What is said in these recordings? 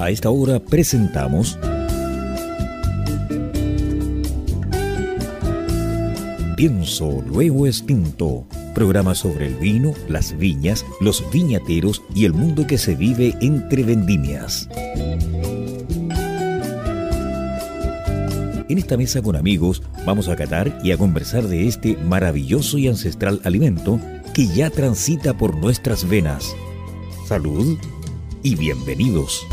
A esta hora presentamos Pienso Luego Extinto, programa sobre el vino, las viñas, los viñateros y el mundo que se vive entre vendimias. En esta mesa con amigos vamos a catar y a conversar de este maravilloso y ancestral alimento que ya transita por nuestras venas. Salud y bienvenidos.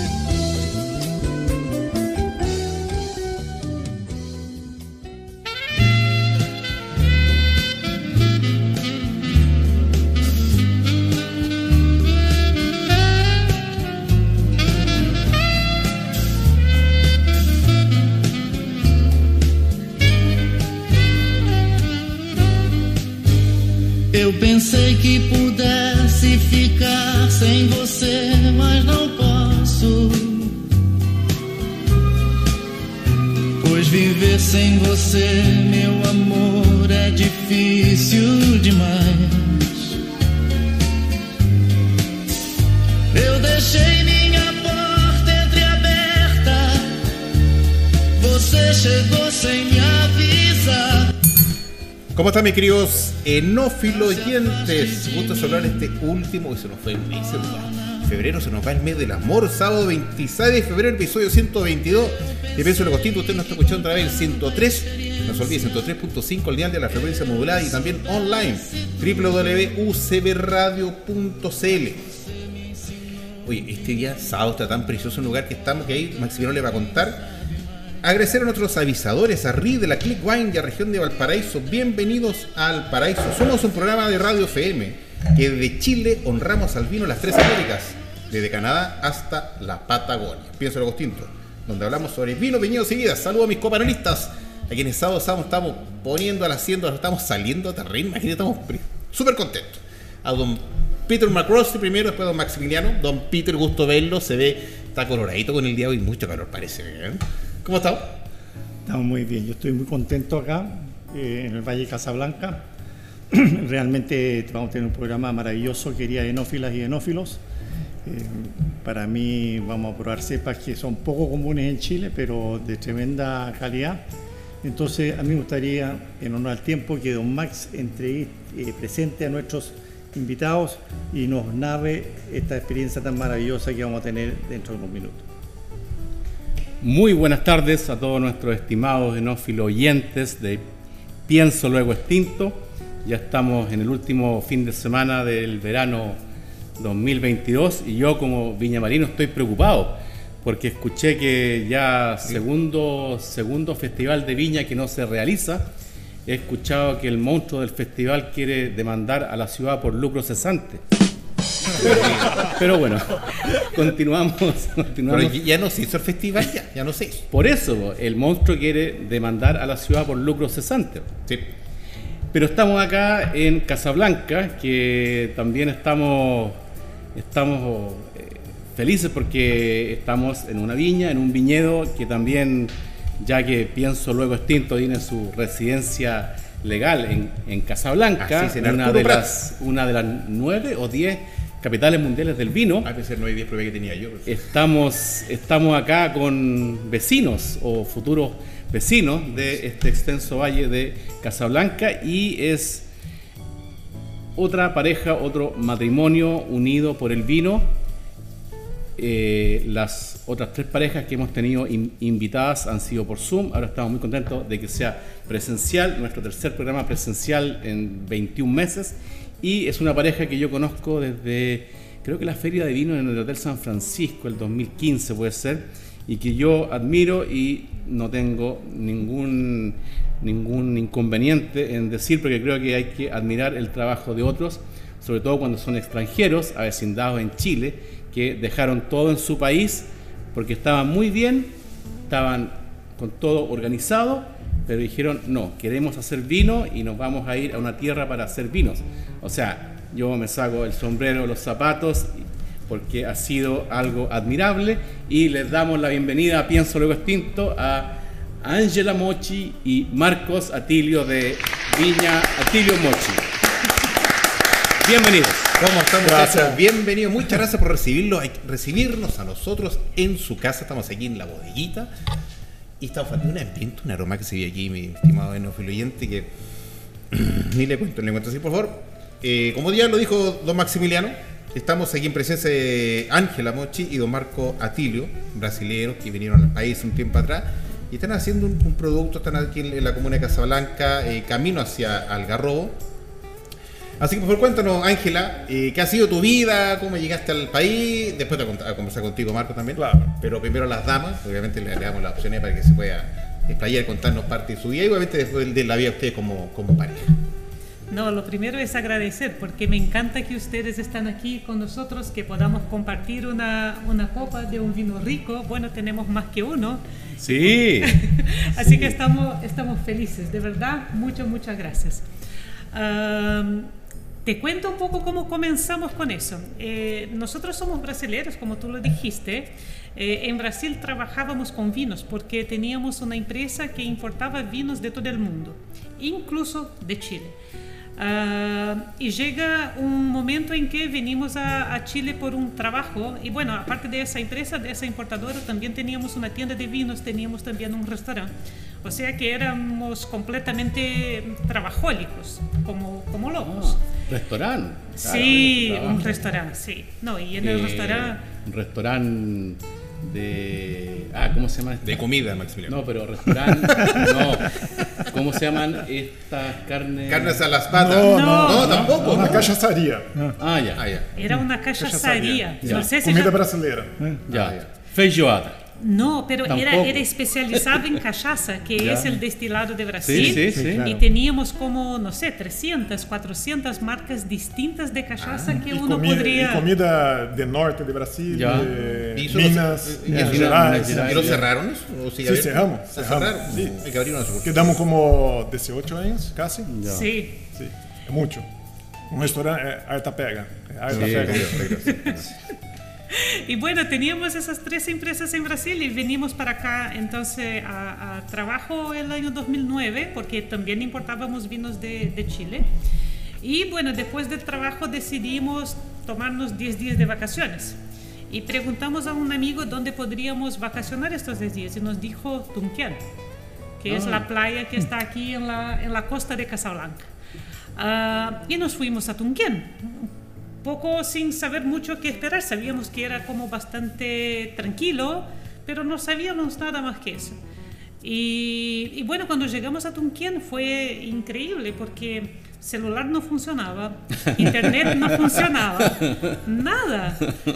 Eu pensei que pudesse ficar sem você, mas não posso, pois viver sem você, meu amor, é difícil demais. Eu deixei minha porta entreaberta, você chegou sem me avisar. ¿Cómo están mis queridos enófilos oyentes? Gusto saludar este último, se nos fue el mes, febrero, se nos va el mes del amor, sábado 26 de febrero, episodio 122 de Pienso Luego Extinto. Usted nos está escuchando a través del 103, no se olvide, 103.5 al dial de la frecuencia modulada y también online, www.ucbradio.cl. Oye, este día sábado está tan precioso el lugar que estamos, que ahí Maximiliano le va a contar. Agradecer a nuestros avisadores, a RI de la Click Wine y a Región de Valparaíso. Bienvenidos al Paraíso. Somos un programa de Radio FM que desde Chile honramos al vino las tres Américas, desde Canadá hasta la Patagonia. Pienso Luego Extinto, donde hablamos sobre vino, viñedos y vidas. Saludos a mis copanelistas, a quienes sábado estamos poniendo al haciendo, estamos saliendo a terreno, imagínate, estamos súper contentos. A don Peter McCrossy primero, después a don Maximiliano. Don Peter, gusto verlo, se ve, está coloradito con el día de hoy, mucho calor parece, ¿eh? ¿Cómo estamos? Estamos muy bien, yo estoy muy contento acá en el Valle de Casablanca. Realmente vamos a tener un programa maravilloso, queridas enófilas y enófilos. Para mí vamos a probar cepas que son poco comunes en Chile, pero de tremenda calidad. Entonces a mí me gustaría, en honor al tiempo, que don Max presente a nuestros invitados y nos narre esta experiencia tan maravillosa que vamos a tener dentro de unos minutos. Muy buenas tardes a todos nuestros estimados enófilos oyentes de Pienso Luego Extinto. Ya estamos en el último fin de semana del verano 2022 y yo como viñamarino estoy preocupado porque escuché que ya segundo festival de viña que no se realiza. He escuchado que el monstruo del festival quiere demandar a la ciudad por lucro cesante. Pero bueno, continuamos. Pero ya no se hizo el festival, ya no se hizo. Por eso, el monstruo quiere demandar a la ciudad por lucro cesante. Sí. Pero estamos acá en Casablanca, que también estamos felices porque estamos en una viña, en un viñedo que también, ya que Pienso Luego Extinto tiene su residencia legal en Casablanca, así una de las 9 o 10 capitales mundiales del vino. A veces no hay 10 pruebas que tenía yo. Estamos acá con vecinos o futuros vecinos de este extenso valle de Casablanca y es otra pareja, otro matrimonio unido por el vino. Las otras tres parejas que hemos tenido invitadas han sido por Zoom. Ahora estamos muy contentos de que sea presencial, nuestro tercer programa presencial en 21 meses. Y es una pareja que yo conozco desde, creo que la Feria de Vino en el Hotel San Francisco, el 2015 puede ser, y que yo admiro y no tengo ningún inconveniente en decir, porque creo que hay que admirar el trabajo de otros, sobre todo cuando son extranjeros, avecindados en Chile, que dejaron todo en su país porque estaban muy bien, estaban con todo organizado, pero dijeron, no, queremos hacer vino y nos vamos a ir a una tierra para hacer vinos. O sea, yo me saco el sombrero, los zapatos, porque ha sido algo admirable y les damos la bienvenida a Pienso Luego Extinto a Ángela Mochi y Marcos Atilio de Viña Atilio Mochi. Bienvenidos. ¿Cómo están, Gracias. muchachos? Bienvenidos, muchas gracias por recibirnos a nosotros en su casa. Estamos aquí en la bodeguita y estamos faltando un ambiente, un aroma que se ve aquí, mi estimado enófilo oyente, que ni le cuento así, por favor. Como ya lo dijo don Maximiliano, estamos aquí en presencia de Ángela Mochi y don Marco Atilio, brasileños que vinieron al país un tiempo atrás y están haciendo un producto, están aquí en la comuna de Casablanca, camino hacia Algarrobo. Así que por favor cuéntanos, Ángela, ¿qué ha sido tu vida? ¿Cómo llegaste al país? Después a conversar contigo, Marco, también. Claro. Pero primero a las damas, obviamente le damos las opciones para que se pueda explayar, contarnos parte de su vida y obviamente después de la vida de ustedes como pareja. No, lo primero es agradecer porque me encanta que ustedes están aquí con nosotros, que podamos compartir una copa de un vino rico. Bueno, tenemos más que uno. Sí. Así que estamos felices, de verdad, muchas gracias. Te cuento un poco cómo comenzamos con eso. Nosotros somos brasileños, como tú lo dijiste. En Brasil trabajábamos con vinos porque teníamos una empresa que importaba vinos de todo el mundo, incluso de Chile. Y llega un momento en que venimos a Chile por un trabajo y bueno, aparte de esa empresa, de esa importadora, también teníamos una tienda de vinos, teníamos también un restaurante. O sea que éramos completamente trabajólicos, como locos. Restaurante. Sí, un restaurante, sí. No, y en el restaurante... Un restaurante de... ¿cómo se llama? De comida, Maximiliano. No, pero restaurante... no. ¿Cómo se llaman estas carnes? Carnes a las patas. No, tampoco. Una cachaçaria. Ya. Era una cachaçaria. Ya. No sé si Comida já... brasileira. Ya. Feijoada. No, pero era Tampoco. especializado en cachaça, que Ya. es el destilado de Brasil. Sí. Y teníamos como, no sé, 300, 400 marcas distintas de cachaça que uno podría... E comida de norte de Brasil, Ya. de ¿Y eso Minas, y Minas eso- Gerais. Minas ¿Y lo cerraron eso? ¿O sigue Sí, abierto? cerramos. ¿Se cerraron? Sí. Hay que abrir una sucursal. Quedamos como 18 años, casi. Ya. Sí. Sí, es mucho. Un restaurante, harta pega. Harta Sí, pega. Y bueno, teníamos esas 3 empresas en Brasil y venimos para acá entonces a trabajo el año 2009 porque también importábamos vinos de Chile. Y bueno, después del trabajo decidimos tomarnos 10 días de vacaciones. Y preguntamos a un amigo dónde podríamos vacacionar estos 10 días y nos dijo Tunquén, que es la playa que está aquí en la costa de Casablanca. Y nos fuimos a Tunquén. Poco sin saber mucho qué esperar, sabíamos que era como bastante tranquilo, pero no sabíamos nada más que eso. Y bueno, cuando llegamos a Tunquén fue increíble porque celular no funcionaba, internet no funcionaba, nada.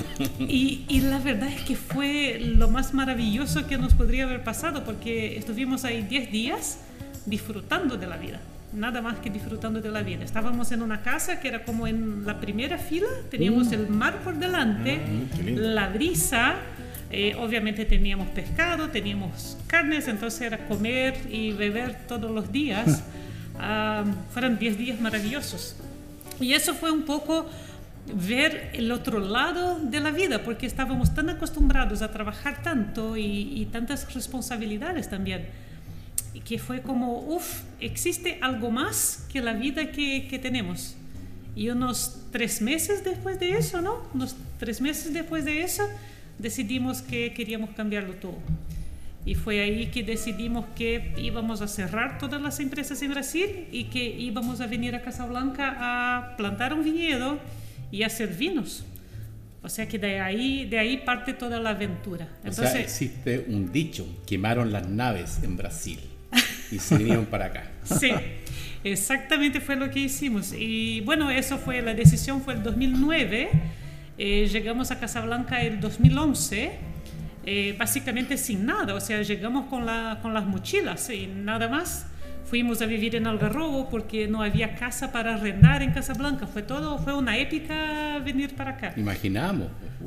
Y la verdad es que fue lo más maravilloso que nos podría haber pasado porque estuvimos ahí 10 días disfrutando de la vida. Nada más que disfrutando de la vida. Estábamos en una casa que era como en la primera fila, teníamos el mar por delante, la brisa, obviamente teníamos pescado, teníamos carnes, entonces era comer y beber todos los días. Fueron 10 días maravillosos. Y eso fue un poco ver el otro lado de la vida, porque estábamos tan acostumbrados a trabajar tanto y tantas responsabilidades también. Que fue como, existe algo más que la vida que tenemos. Y unos 3 meses después de eso, ¿no? Unos 3 meses después de eso, decidimos que queríamos cambiarlo todo. Y fue ahí que decidimos que íbamos a cerrar todas las empresas en Brasil y que íbamos a venir a Casablanca a plantar un viñedo y hacer vinos. O sea que de ahí parte toda la aventura. Entonces, O sea, existe un dicho, quemaron las naves en Brasil y se vinieron para acá. Sí, exactamente fue lo que hicimos. Y bueno, eso fue, la decisión fue el 2009, llegamos a Casablanca el 2011, básicamente sin nada, o sea, llegamos con las mochilas y nada más. Fuimos a vivir en Algarrobo porque no había casa para arrendar en Casablanca. Fue una épica venir para acá. Imaginamos.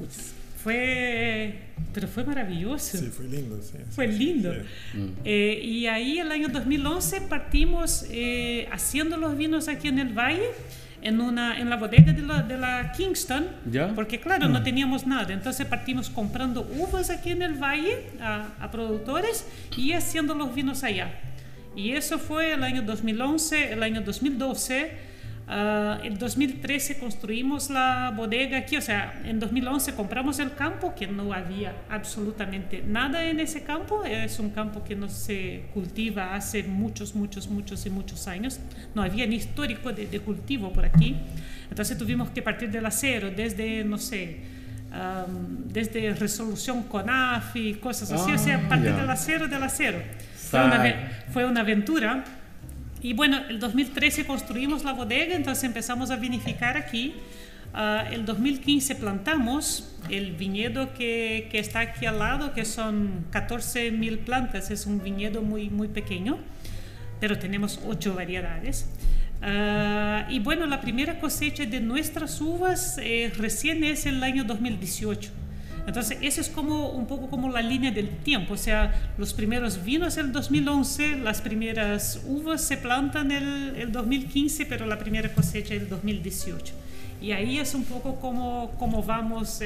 Pero fue maravilloso. Sí, fue lindo. Sí, fue lindo. Sí. Y ahí el año 2011 partimos haciendo los vinos aquí en el Valle, en la bodega de la Kingston, ¿Ya? porque claro, no teníamos nada. Entonces partimos comprando uvas aquí en el Valle a productores y haciendo los vinos allá. Y eso fue el año 2011, el año 2012. En 2013 construimos la bodega aquí, o sea, en 2011 compramos el campo, que no había absolutamente nada en ese campo. Es un campo que no se cultiva hace muchos años. No había ni histórico de cultivo por aquí. Entonces tuvimos que partir del cero, desde, no sé, desde resolución CONAFI, cosas así, o sea, partir del cero. Fue una aventura. Y bueno, el 2013 construimos la bodega, entonces empezamos a vinificar aquí. El 2015 plantamos el viñedo que está aquí al lado, que son 14.000 plantas. Es un viñedo muy pequeño, pero tenemos 8 variedades. Y bueno, la primera cosecha de nuestras uvas recién es el año 2018. Entonces, eso es como un poco como la línea del tiempo. O sea, los primeros vinos el 2011, las primeras uvas se plantan el 2015, pero la primera cosecha el 2018. Y ahí es un poco como vamos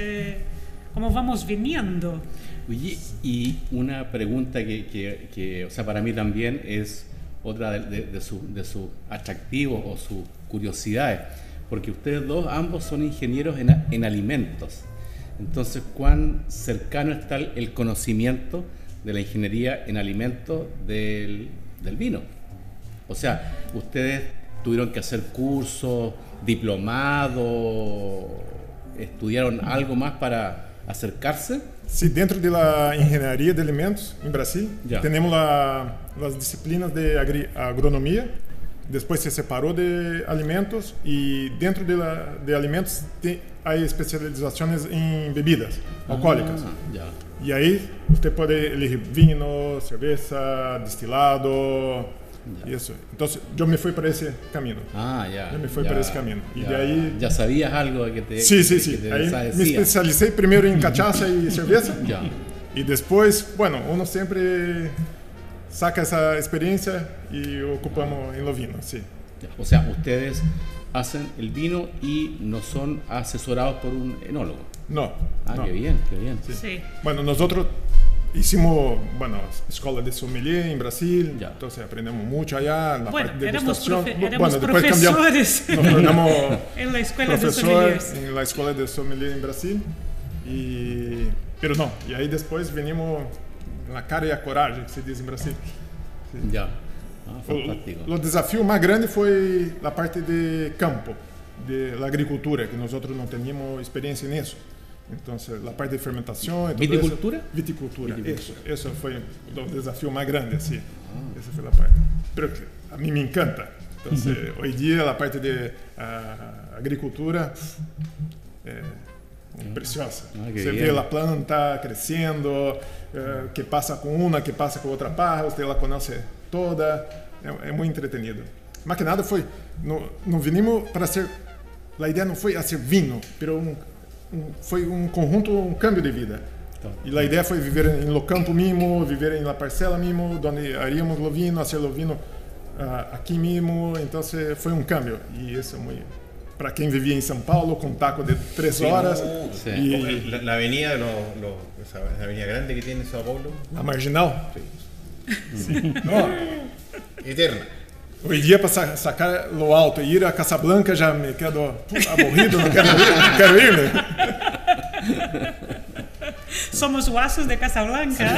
viniendo. Oye, y una pregunta que, o sea, para mí también es otra de su atractivo o sus curiosidades, porque ustedes dos, ambos son ingenieros en alimentos. Entonces, ¿cuán cercano está el conocimiento de la ingeniería en alimentos del vino? O sea, ¿ustedes tuvieron que hacer cursos, diplomados, estudiaron algo más para acercarse? Sí, dentro de la ingeniería de alimentos en Brasil, tenemos las disciplinas de agronomía. Después se separó de alimentos y dentro de alimentos hay especializaciones en bebidas alcohólicas. Y ahí usted puede elegir vino, cerveza, destilado y eso. Entonces yo me fui por ese camino. Yo me fui por ese camino. Y de ahí... ¿Ya sabías algo que te Sí. Ahí me especialicé primero en cachaça y cerveza. Y después, bueno, uno siempre saca esa experiencia y ocupamos en los vinos, sí. O sea, ustedes hacen el vino y no son asesorados por un enólogo. No. No. Qué bien. Sí. Bueno, nosotros hicimos, escuela de sommelier en Brasil, entonces aprendemos mucho allá, la parte de degustación. Éramos profesores nos tornamos en la escuela de sommeliers. En la escuela de sommelier en Brasil. Pero no, y ahí después venimos la cara y la coragem, que se diz em Brasil. Fantástico. O desafio mais grande foi a parte de campo, de la agricultura, que nós não tínhamos experiência nisso. Então, a parte de fermentação... ¿Viticultura? Viticultura, isso foi o desafio mais grande, assim. Essa foi a parte. Pero a mim me encanta. Então, hoje em dia, a parte de agricultura preciosa. Você vê a planta crescendo, que passa com uma, que passa com outra parra, você a conhece toda, é muito entretenido. Mais que nada foi, não vinimos para ser, a ideia não foi a ser vinho, pero foi um conjunto, um cambio de vida. E a ideia foi viver no campo mesmo, viver na parcela mesmo, onde haríamos o vinho, fazer o vinho aqui mesmo, então foi um cambio. E isso é muito... Para quien vivía en São Paulo, con taco de 3 horas. Y la avenida, la avenida grande que tiene São Paulo. La Marginal. Sí. No, eterna. Hoy día para sacar lo alto y ir a Casablanca ya me quedo aburrido, no quiero irme. Somos guasos de Casablanca.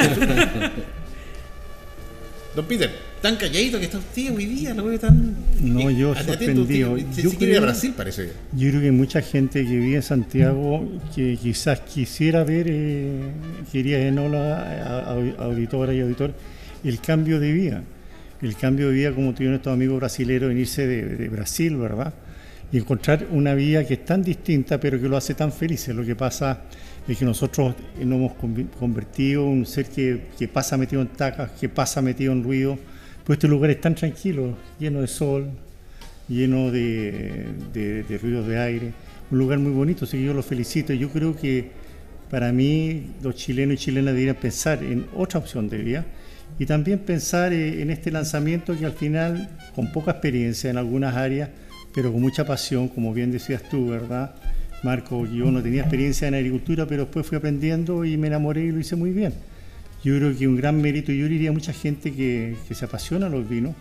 Don Peter, tan calladito que está usted hoy día, lo veo tan... No, yo sorprendido. Se quiere ir a Brasil, parece. Yo creo que hay mucha gente que vive en Santiago que quizás quisiera ver, quería enóloga, auditora y auditor, el cambio de vida. El cambio de vida, como tuvieron estos amigos brasileños, venirse de Brasil, ¿verdad? Y encontrar una vida que es tan distinta, pero que lo hace tan felices. Lo que pasa es que nosotros nos hemos convertido en un ser que pasa metido en tacas, que pasa metido en ruido. Pues este lugar es tan tranquilo, lleno de sol, lleno de ruidos de aire. Un lugar muy bonito, así que yo los felicito. Yo creo que para mí los chilenos y chilenas deberían pensar en otra opción de vida y también pensar en este lanzamiento que al final, con poca experiencia en algunas áreas, pero con mucha pasión, como bien decías tú, ¿verdad, Marco? Yo no tenía experiencia en agricultura, pero después fui aprendiendo y me enamoré y lo hice muy bien. Yo creo que un gran mérito, yo diría a mucha gente que se apasiona los vinos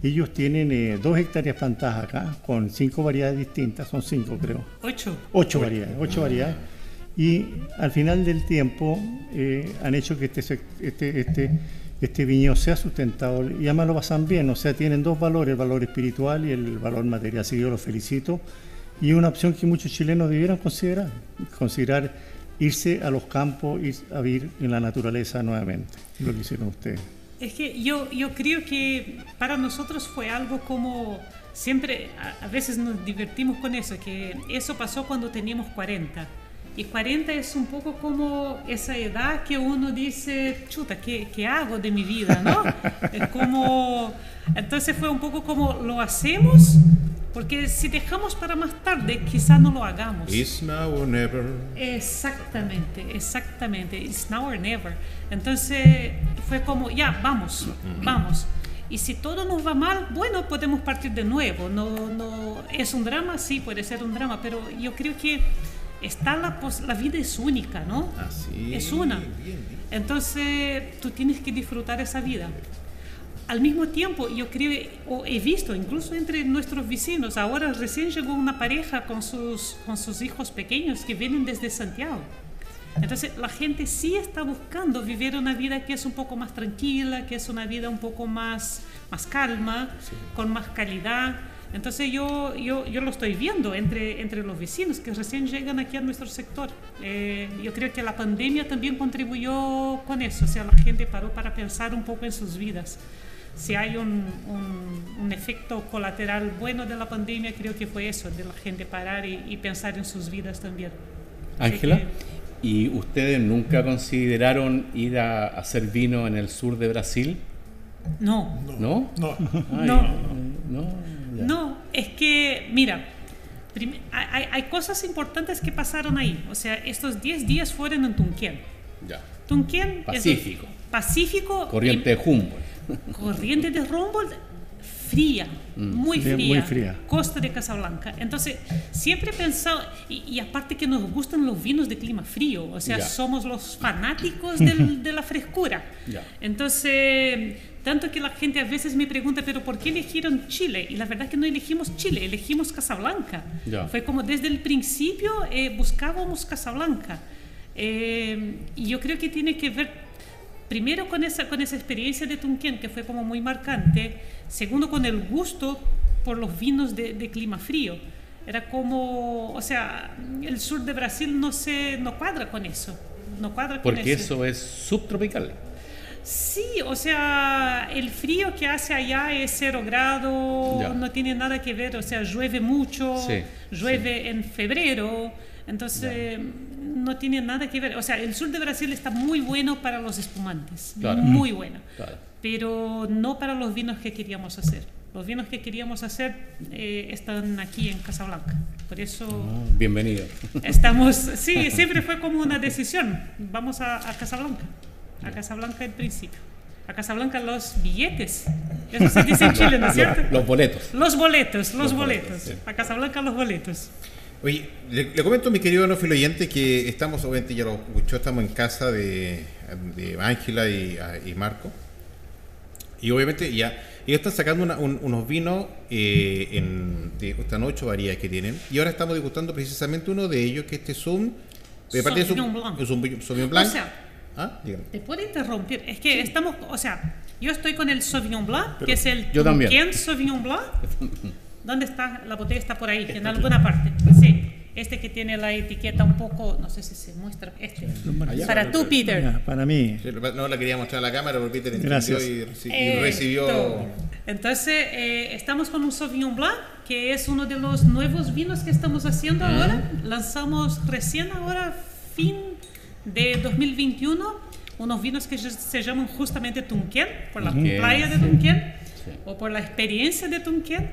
Ellos tienen 2 hectáreas plantadas acá, con 5 variedades distintas, son 5 creo. 8 variedades. Y al final del tiempo han hecho que este viñedo sea sustentado y además lo pasan bien, o sea, tienen 2 valores, el valor espiritual y el valor material, así que yo los felicito. Y es una opción que muchos chilenos debieran considerar irse a los campos y a vivir en la naturaleza nuevamente, lo que hicieron ustedes. Es que yo creo que para nosotros fue algo como, siempre, a veces nos divertimos con eso, que eso pasó cuando teníamos 40. Y 40 es un poco como esa edad que uno dice, chuta, ¿qué hago de mi vida? ¿No? Es como, entonces fue un poco como, ¿lo hacemos? Porque si dejamos para más tarde, quizá no lo hagamos. It's now or never. Exactamente. It's now or never. Entonces fue como, ya, vamos. Y si todo nos va mal, bueno, podemos partir de nuevo. No, ¿es un drama? Sí, puede ser un drama, pero yo creo que la vida es única, ¿no? Así. Es una. Bien. Entonces tú tienes que disfrutar esa vida. Al mismo tiempo, yo creo, o he visto, incluso entre nuestros vecinos, ahora recién llegó una pareja con sus hijos pequeños que vienen desde Santiago. Entonces, la gente sí está buscando vivir una vida que es un poco más tranquila, que es una vida un poco más calma, sí, con más calidad. Entonces, yo lo estoy viendo entre los vecinos que recién llegan aquí a nuestro sector. Yo creo que la pandemia también contribuyó con eso, o sea, la gente paró para pensar un poco en sus vidas. Si hay un efecto colateral bueno de la pandemia, creo que fue eso, de la gente parar y pensar en sus vidas también. Ángela, ¿y ustedes nunca consideraron ir a hacer vino en el sur de Brasil? No. ¿No? No, es que, mira, hay cosas importantes que pasaron ahí. O sea, estos 10 días fueron en Tunquén. Ya. Tunquén Pacífico. Pacífico. Corriente de Humboldt. Corriente de Humboldt, fría, muy fría. Costa de Casablanca. Entonces, siempre he pensado, y aparte que nos gustan los vinos de clima frío, o sea, somos los fanáticos de la frescura. Entonces, tanto que la gente a veces me pregunta, pero ¿por qué eligieron Chile? Y la verdad es que no elegimos Chile, elegimos Casablanca. Fue como desde el principio buscábamos Casablanca. Y yo creo que tiene que ver primero con esa experiencia de Tunquén, que fue como muy marcante. Segundo, con el gusto por los vinos de clima frío. Era como, o sea, el sur de Brasil no cuadra con eso. Porque eso es subtropical. Sí, o sea, el frío que hace allá es 0 grados, no tiene nada que ver, o sea, llueve mucho, llueve en febrero, entonces no tiene nada que ver. O sea, el sur de Brasil está muy bueno para los espumantes, muy bueno, pero no para los vinos que queríamos hacer. Los vinos que queríamos hacer están aquí en Casablanca, por eso... bienvenido. Sí, siempre fue como una decisión, vamos a Casablanca. A Casablanca en principio. A Casablanca los billetes. Eso se dice en Chile, ¿no es cierto? Los boletos. Los boletos. Sí. A Casablanca los boletos. Oye, le comento a mi querido enófilo oyente que estamos, obviamente ya lo escuchó, estamos en casa de Ángela y Marco. Y obviamente ya ellos están sacando unos vinos están 8 variedades que tienen. Y ahora estamos degustando precisamente uno de ellos, que es un Sauvignon Blanc. O sea, te puedo interrumpir, es que estamos, o sea, yo estoy con el Sauvignon Blanc, que es el Tunquén Sauvignon Blanc. ¿Dónde está? La botella está por ahí, en alguna parte. Sí, este que tiene la etiqueta un poco, no sé si se muestra, para tú, Peter. Para mí. No la quería mostrar a la cámara, porque Peter entendió y recibió. Entonces, estamos con un Sauvignon Blanc, que es uno de los nuevos vinos que estamos haciendo ahora. Lanzamos recién ahora, fin de 2021, unos vinos que se llaman justamente Tunquén, por la playa de Tunquén, o por la experiencia de Tunquén.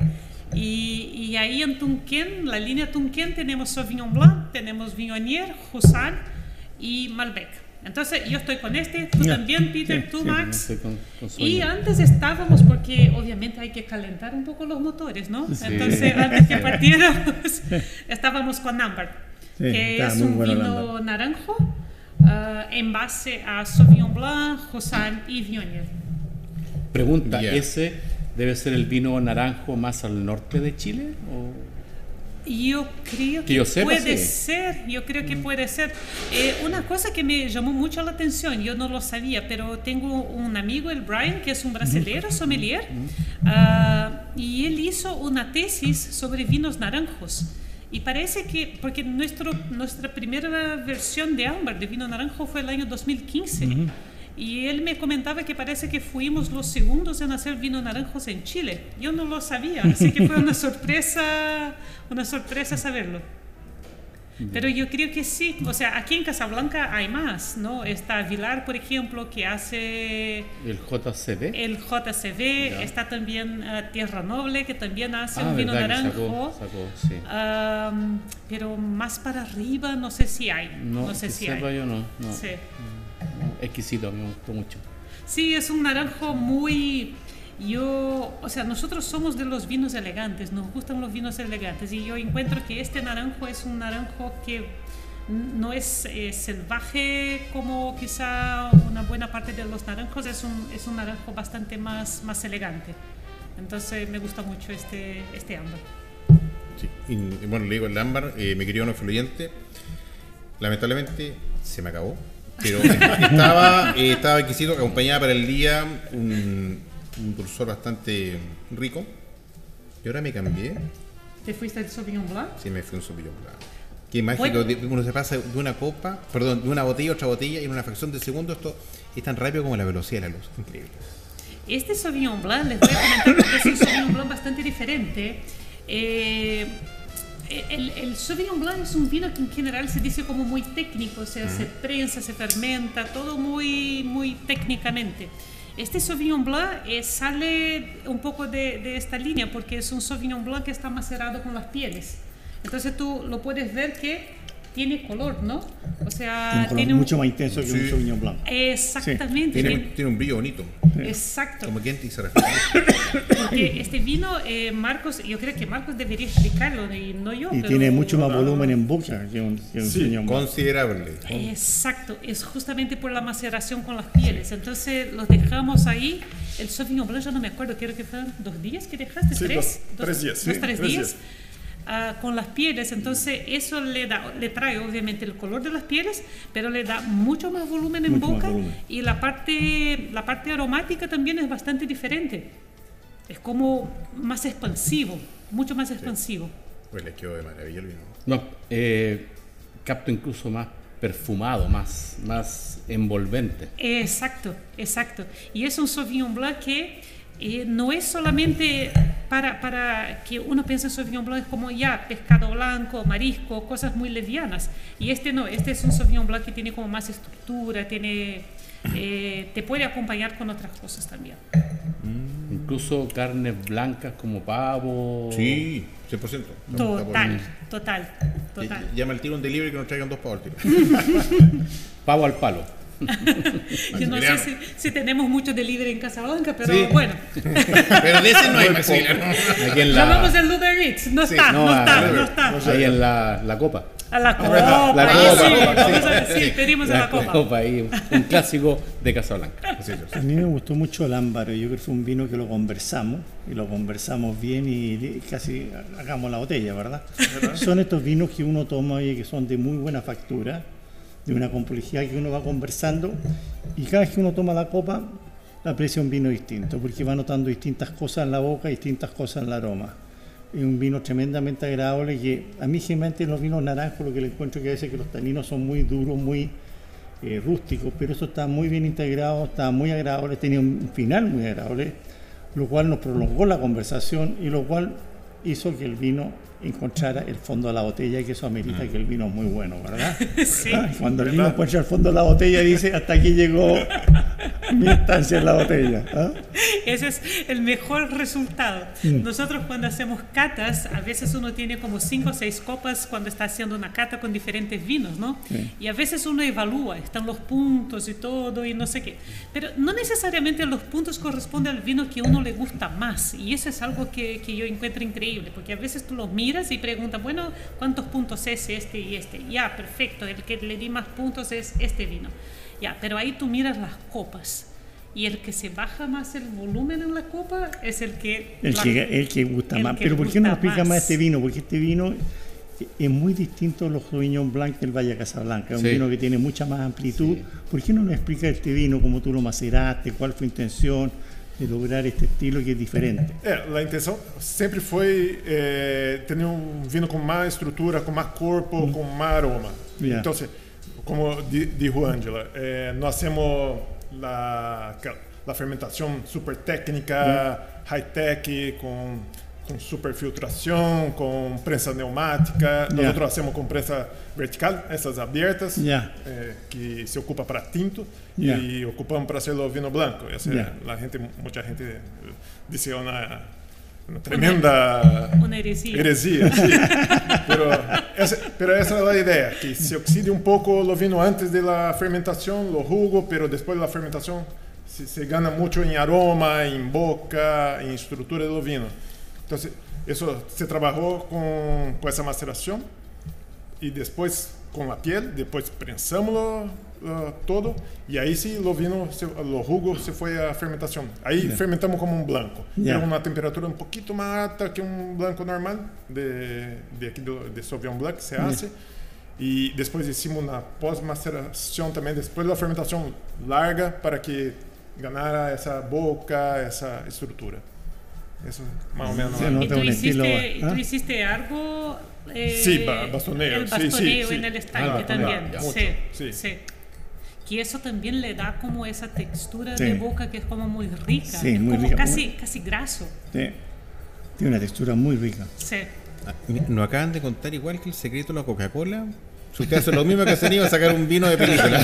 Y ahí en Tunquén, la línea Tunquén, tenemos Sauvignon Blanc, tenemos Viognier, Roussanne y Malbec. Entonces yo estoy con tú también, Peter, tú, Max. Y antes estábamos, porque obviamente hay que calentar un poco los motores, ¿no? Entonces antes que partiéramos, estábamos con Ámbar, que es un vino naranjo, en base a Sauvignon Blanc, Roussanne y Viognier. Pregunta, ese ¿Debe ser el vino naranjo más al norte de Chile? Yo creo que puede ser, yo creo que puede ser. Una cosa que me llamó mucho la atención, yo no lo sabía, pero tengo un amigo, el Brian, que es un brasilero, sommelier, y él hizo una tesis sobre vinos naranjos. Y parece que, porque nuestra primera versión de ámbar, de vino naranjo, fue el año 2015. Y él me comentaba que parece que fuimos los segundos en hacer vino naranjos en Chile. Yo no lo sabía, así que fue una sorpresa saberlo. Pero yo creo que sí, o sea, aquí en Casablanca hay más, ¿no? Está Vilar, por ejemplo, que hace... El JCB. El JCB, ya. Está también Tierra Noble, que también hace un vino naranjo. Sacó, sí. Pero más para arriba no sé si hay. No sé si hay. Yo no. Sí. Exquisito, me gustó mucho. Sí, es un naranjo muy... o sea, nosotros somos de los vinos elegantes, nos gustan los vinos elegantes, y yo encuentro que este naranjo es un naranjo que no es salvaje como quizá una buena parte de los naranjos, es un naranjo bastante más elegante. Entonces me gusta mucho este ámbar. Sí, y bueno, le digo, el ámbar, mi querido oyente, lamentablemente se me acabó, pero estaba exquisito, acompañada para el día un dulzor bastante rico. Y ahora me cambié. ¿Te fuiste al Sauvignon Blanc? Sí, me fui a un Sauvignon Blanc. Qué mágico, uno se pasa de una botella a otra botella y en una fracción de segundo esto es tan rápido como la velocidad de la luz. Increíble. Este Sauvignon Blanc, les voy a comentar porque es un Sauvignon Blanc bastante diferente. El Sauvignon Blanc es un vino que en general se dice como muy técnico, o sea, se prensa, se fermenta, todo muy técnicamente. Este Sauvignon Blanc sale un poco de esta línea porque es un Sauvignon Blanc que está macerado con las pieles. Entonces tú lo puedes ver que tiene color, ¿no? O sea, tiene mucho más intenso que un Sauvignon Blanc. Exactamente. Sí. Tiene un brillo bonito. Exacto. Como quien y se refiere. Porque este vino, Marcos, yo creo que Marcos debería explicarlo y no yo. Y tiene mucho más volumen en boca que un Sauvignon Blanc. Considerable. Exacto. Es justamente por la maceración con las pieles. Entonces los dejamos ahí. El Sauvignon Blanc, yo no me acuerdo, creo que fueron 2 días que dejaste. Sí, 3 días. 3 días. Con las pieles, entonces eso le trae obviamente el color de las pieles, pero le da mucho más volumen en boca y la parte aromática también es bastante diferente, es como más expansivo, mucho más expansivo. Pues le quedó de maravilla el vino. No, capto incluso más perfumado, más envolvente. Exacto, y es un Sauvignon Blanc que no es solamente para que uno piense en Sauvignon Blanc es como ya pescado blanco, marisco, cosas muy livianas, y este no, este es un Sauvignon Blanc que tiene como más estructura, te puede acompañar con otras cosas también. Incluso carnes blancas como pavo. Sí, 100%. Total. Llama al tiro un delivery que nos traigan 2 pavos al tiro. Pavo al palo. Yo no sé si tenemos mucho delivery en Casablanca, pero sí. Bueno. Pero de ese no hay Maximiliano. Llamamos el Uber Eats. No está. Ahí en la copa. A la copa. Sí, pedimos a la copa. Ahí, un clásico de Casablanca. A mí me gustó mucho el ámbar. Yo creo que fue un vino que lo conversamos bien y casi hagamos la botella, ¿verdad? Son estos vinos que uno toma y que son de muy buena factura, de una complejidad que uno va conversando, y cada vez que uno toma la copa aprecia un vino distinto porque va notando distintas cosas en la boca, distintas cosas en el aroma. Es un vino tremendamente agradable que a mí generalmente en los vinos naranjos lo que le encuentro que a veces que los taninos son muy duros, muy rústicos, pero eso está muy bien integrado, está muy agradable, tenía un final muy agradable, lo cual nos prolongó la conversación y lo cual hizo que el vino encontrara el fondo de la botella, que eso amerita que el vino es muy bueno, ¿verdad? Sí. Cuando el vino encuentra el fondo de la botella dice, hasta aquí llegó mi estancia en la botella. Ese es el mejor resultado. Nosotros cuando hacemos catas, a veces uno tiene como 5 o 6 copas cuando está haciendo una cata con diferentes vinos, ¿no? Sí. Y a veces uno evalúa, están los puntos y todo y no sé qué. Pero no necesariamente los puntos corresponden al vino que a uno le gusta más. Y eso es algo que yo encuentro increíble, porque a veces tú los miras y preguntas, bueno, ¿cuántos puntos es este y este? Ya, perfecto, el que le di más puntos es este vino. Ya, pero ahí tú miras las copas y el que se baja más el volumen en la copa es el que gusta más. Pero ¿por qué no explica más este vino? Porque este vino es muy distinto a los Sauvignon Blanc del Valle de Casablanca. Es un vino que tiene mucha más amplitud. Sí. ¿Por qué no nos explica este vino, cómo tú lo maceraste, cuál fue la intención de lograr este estilo que es diferente? La intención siempre fue tener un vino con más estructura, con más cuerpo, con más aroma. Yeah. Entonces, como dijo Ángela, no hacemos la fermentación super técnica, high-tech, con super filtración, con prensa neumática. Nosotros hacemos con prensa vertical, esas abiertas, que se ocupa para tinto, y ocupamos para hacerlo vino blanco. Mucha gente dice una tremenda heresía sí. pero esa es la idea, que se oxide un poco lo vino antes de la fermentación, los jugos, pero después de la fermentación se gana mucho en aroma, en boca, en estructura de los vinos. Entonces, eso se trabajó con esa maceración, y después con la piel, después prensamos todo, y ahí sí los jugos se fue a fermentación. Ahí fermentamos como un blanco. Era una temperatura un poquito más alta que un blanco normal de aquí de Sauvignon Blanc se hace. Y después hicimos una post-maceración también, después de la fermentación larga, para que ganara esa boca, esa estructura. Eso más o menos. ¿Y tú hiciste algo? Sí, bastoneo. El bastoneo en el estanque también. Sí. Que eso también le da como esa textura de boca que es como muy rica. Sí, es muy como rica, casi graso. Sí. Tiene una textura muy rica. Sí. Nos acaban de contar igual que el secreto de la Coca-Cola. Si ustedes hacen lo mismo que hacen, iba a sacar un vino de película.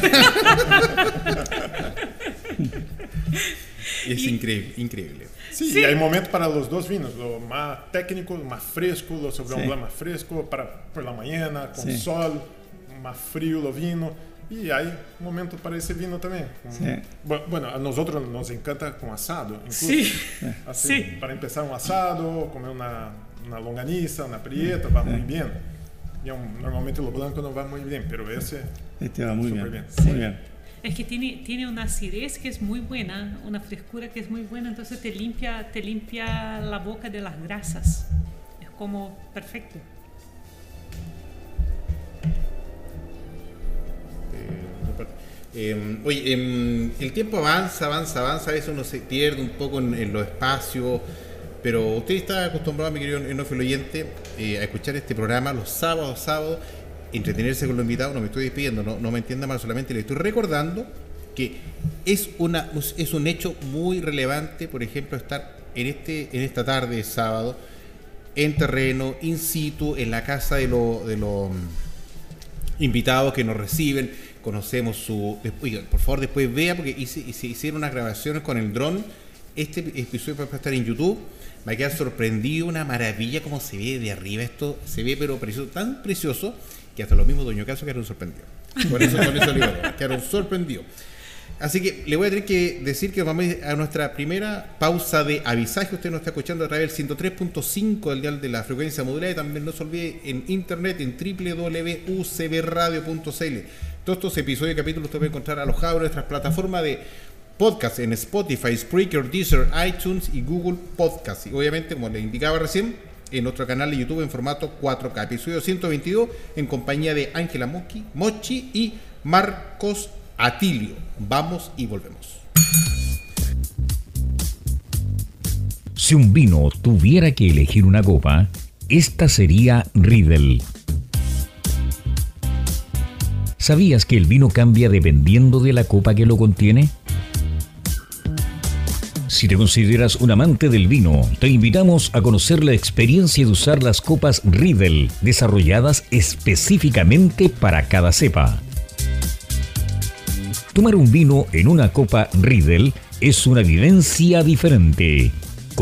Es increíble. Sí, y hay momentos para los dos vinos, lo más técnico, lo más fresco, lo Sauvignon Blanc más fresco, por la mañana, con sol, más frío lo vino. Y hay momentos para ese vino también. Bueno, a nosotros nos encanta con asado, incluso. Así, para empezar un asado, comer una longaniza, una prieta, va muy bien. Y normalmente lo blanco no va muy bien, pero este va muy bien. Muy bien. Es que tiene una acidez que es muy buena, una frescura que es muy buena, entonces te limpia la boca de las grasas. Es como perfecto. El tiempo avanza, a veces uno se pierde un poco en los espacios, pero usted está acostumbrado, mi querido enófilo oyente, a escuchar este programa los sábados, entretenerse con los invitados. No me estoy despidiendo, no me entienda mal, solamente le estoy recordando que es un hecho muy relevante, por ejemplo, estar en esta tarde de sábado en terreno, in situ, en la casa de los invitados que nos reciben. Conocemos por favor, después vea, porque se hicieron unas grabaciones con el dron. Este episodio va a estar en YouTube. Me va a quedar sorprendido, una maravilla como se ve de arriba. Esto se ve pero precioso, tan precioso que hasta los mismos dueños de casa quedaron sorprendidos. Con eso le digo, quedaron sorprendidos. Así que le voy a tener que decir que vamos a nuestra primera pausa de avisaje. Usted nos está escuchando a través del 103.5 del dial de la frecuencia modulada, y también no se olvide en internet en www.ucbradio.cl. Todos estos episodios y capítulos usted puede encontrar alojados en nuestras plataformas de podcast en Spotify, Spreaker, Deezer, iTunes y Google Podcast. Y obviamente, como les indicaba recién, en nuestro canal de YouTube en formato 4K. Episodio 122 en compañía de Ángela Mochi y Marcos Atilio. Vamos y volvemos. Si un vino tuviera que elegir una copa, esta sería Riedel. ¿Sabías que el vino cambia dependiendo de la copa que lo contiene? Si te consideras un amante del vino, te invitamos a conocer la experiencia de usar las copas Riedel, desarrolladas específicamente para cada cepa. Tomar un vino en una copa Riedel es una vivencia diferente.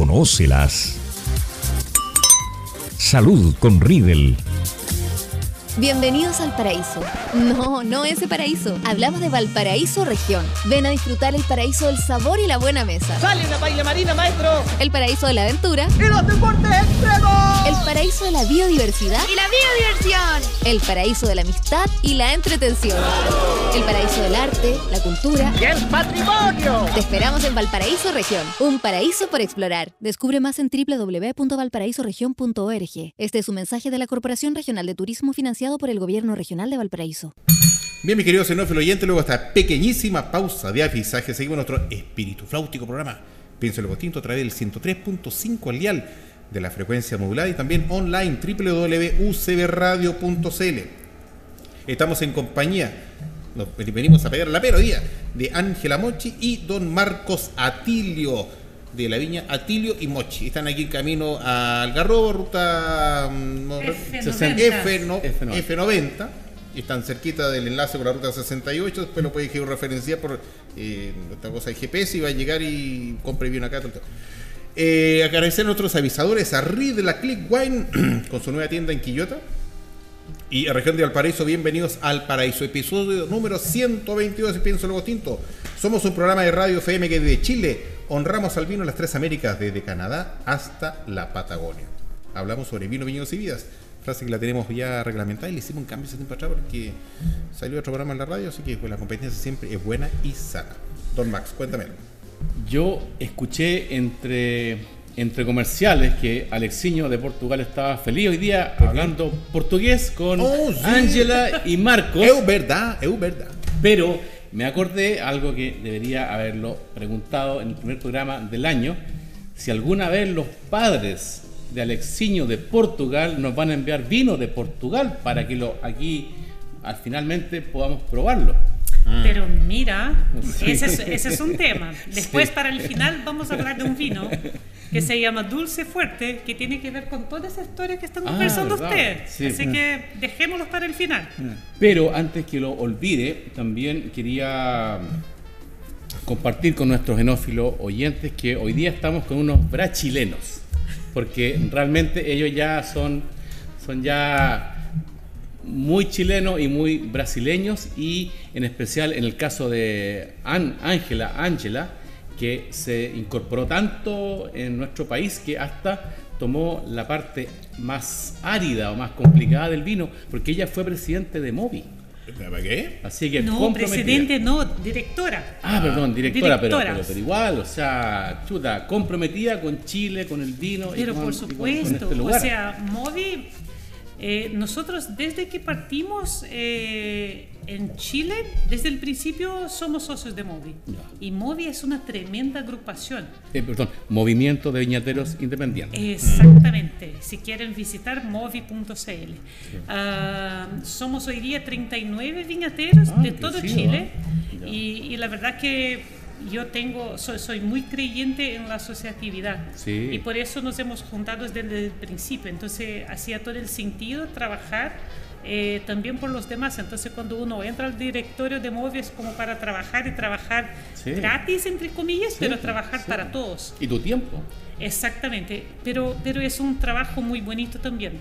Conócelas. Salud con Riedel. Bienvenidos al paraíso. No ese paraíso. Hablamos de Valparaíso Región. Ven a disfrutar el paraíso del sabor y la buena mesa. ¡Sale una baile marina, maestro! El paraíso de la aventura. ¡Y los deportes extremos! El paraíso de la biodiversidad. ¡Y la biodiversión! El paraíso de la amistad y la entretención. El paraíso del arte, la cultura. ¡Y el patrimonio! Te esperamos en Valparaíso Región. Un paraíso por explorar. Descubre más en www.valparaísoregion.org. Este es un mensaje de la Corporación Regional de Turismo financiado por el Gobierno Regional de Valparaíso. Bien, mis queridos xenófilos oyentes, luego de esta pequeñísima pausa de avisaje, seguimos nuestro espíritu flautico programa Pienso en lo Distinto a través del 103.5 al dial de la frecuencia modulada y también online www.ucbradio.cl. Estamos en compañía, nos venimos a pegar la melodía de Ángela Mochi y don Marcos Atilio, de la viña Atilio y Mochi. Están aquí en camino a Algarrobo, ruta F90. Están cerquita del enlace con la ruta 68. Después lo puede georreferenciar por esta cosa de GPS y va a llegar y compre bien acá. Agradecer a nuestros avisadores, a RID de la Click Wine con su nueva tienda en Quillota y a Región de Valparaíso. Bienvenidos al Paraíso, episodio número 122 de Pienso Luego Tinto. Somos un programa de radio FM que desde Chile honramos al vino en las tres Américas, desde Canadá hasta la Patagonia. Hablamos sobre vino, viñedos y vidas, frase que la tenemos ya reglamentada y le hicimos un cambio ese tiempo atrás porque salió otro programa en la radio, así que pues, la competencia siempre es buena y sana. Don Max, cuéntame. Yo escuché entre comerciales que Alexiño de Portugal estaba feliz hoy día hablando portugués con Ángela y Marcos. Es verdad. Pero me acordé algo que debería haberlo preguntado en el primer programa del año, si alguna vez los padres de Alexiño de Portugal nos van a enviar vino de Portugal para que aquí finalmente podamos probarlo. Pero mira, ese es un tema. Después para el final vamos a hablar de un vino que se llama Dulce Fuerte, que tiene que ver con toda esa historia que están conversando ustedes. Sí. Así que dejémoslo para el final. Pero antes que lo olvide, también quería compartir con nuestros xenófilos oyentes que hoy día estamos con unos brachilenos, porque realmente ellos ya son ya muy chilenos y muy brasileños, y en especial en el caso de Ángela, que se incorporó tanto en nuestro país que hasta tomó la parte más árida o más complicada del vino, porque ella fue presidente de Movi. ¿Para qué? Así que no, presidente no, directora. Perdón, directora. Pero igual, o sea, comprometida con Chile, con el vino. Pero por supuesto, este lugar. O sea, Movi, nosotros desde que partimos en Chile, desde el principio somos socios de Movi. Y Movi es una tremenda agrupación. Movimiento de Viñateros Independientes. Exactamente. Si quieren visitar movi.cl. Somos hoy día 39 viñateros de todo Chile. Y la verdad que yo soy muy creyente en la asociatividad. Y por eso nos hemos juntado desde el principio. Entonces hacía todo el sentido trabajar también por los demás. Entonces cuando uno entra al directorio de Movi es como para trabajar gratis, entre comillas, pero trabajar para todos. ¿Y tu tiempo? Exactamente, pero es un trabajo muy bonito también,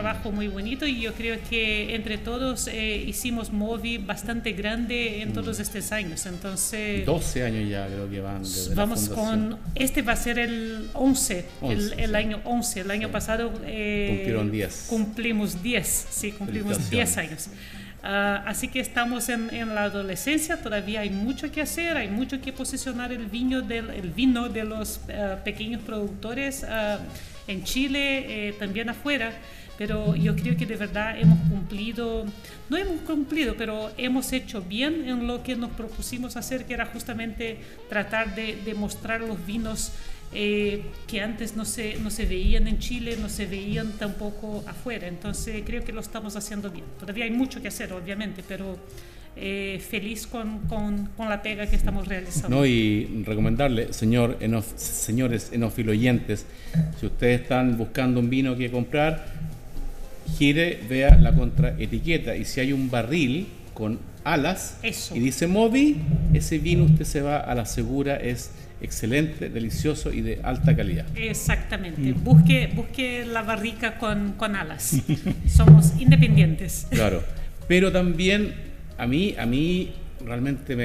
y yo creo que entre todos hicimos Movi bastante grande en todos estos años. Entonces 12 años ya creo que van desde vamos con, este va a ser el 11, el año 11, el año pasado cumplimos 10 años. Así que estamos en la adolescencia, todavía hay mucho que hacer, hay mucho que posicionar el vino de los pequeños productores en Chile, también afuera, pero yo creo que de verdad pero hemos hecho bien en lo que nos propusimos hacer, que era justamente tratar de mostrar los vinos que antes no se veían en Chile, no se veían tampoco afuera. Entonces creo que lo estamos haciendo bien. Todavía hay mucho que hacer, obviamente, pero feliz con la pega que estamos realizando. Y recomendarle, señores enofiloyentes, si ustedes están buscando un vino que comprar, gire, vea la contraetiqueta, y si hay un barril con alas y dice Movi, ese vino usted se va a la segura, es excelente, delicioso y de alta calidad. Exactamente. Busque la barrica con alas. Somos independientes. Claro. Pero también a mí realmente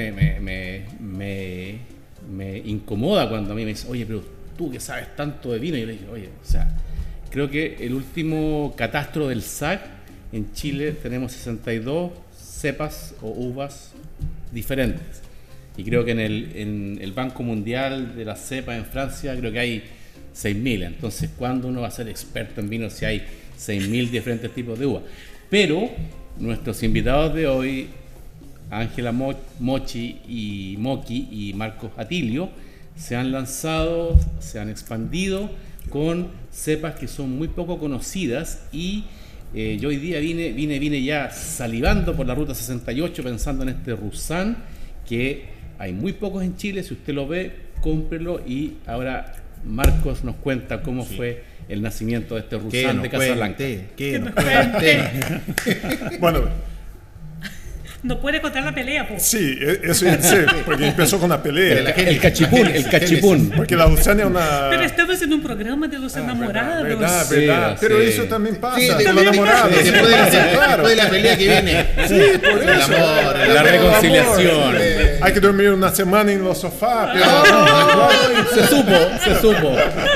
me incomoda cuando a mí me dicen, oye, pero tú que sabes tanto de vino. Y yo le digo, oye, o sea, creo que el último catastro del SAC, en Chile tenemos 62 cepas o uvas diferentes. Y creo que en el Banco Mundial de las cepas en Francia creo que hay 6.000. Entonces, ¿cuándo uno va a ser experto en vino si hay 6.000 diferentes tipos de uvas? Pero nuestros invitados de hoy, Ángela Mochi y Moki y Marcos Atilio, se han lanzado, se han expandido con cepas que son muy poco conocidas y yo hoy día vine ya salivando por la ruta 68 pensando en este Roussanne, que hay muy pocos en Chile. Si usted lo ve, cómprelo. Y ahora Marcos nos cuenta cómo fue el nacimiento de este Roussanne de Casablanca. ¿Qué nos cuente? Bueno, no puede contar la pelea, pues. sí, eso iba a decir, porque empezó con la pelea. El cachipún. Porque la Roussanne es una... Pero estamos en un programa de los enamorados. Verdad. Sí, Pero sí. eso también pasa Sí, con los enamorados. Después de la pelea que viene. Sí, por El eso. amor, La reconciliación. Hay que dormir una semana en los sofás. Se supo.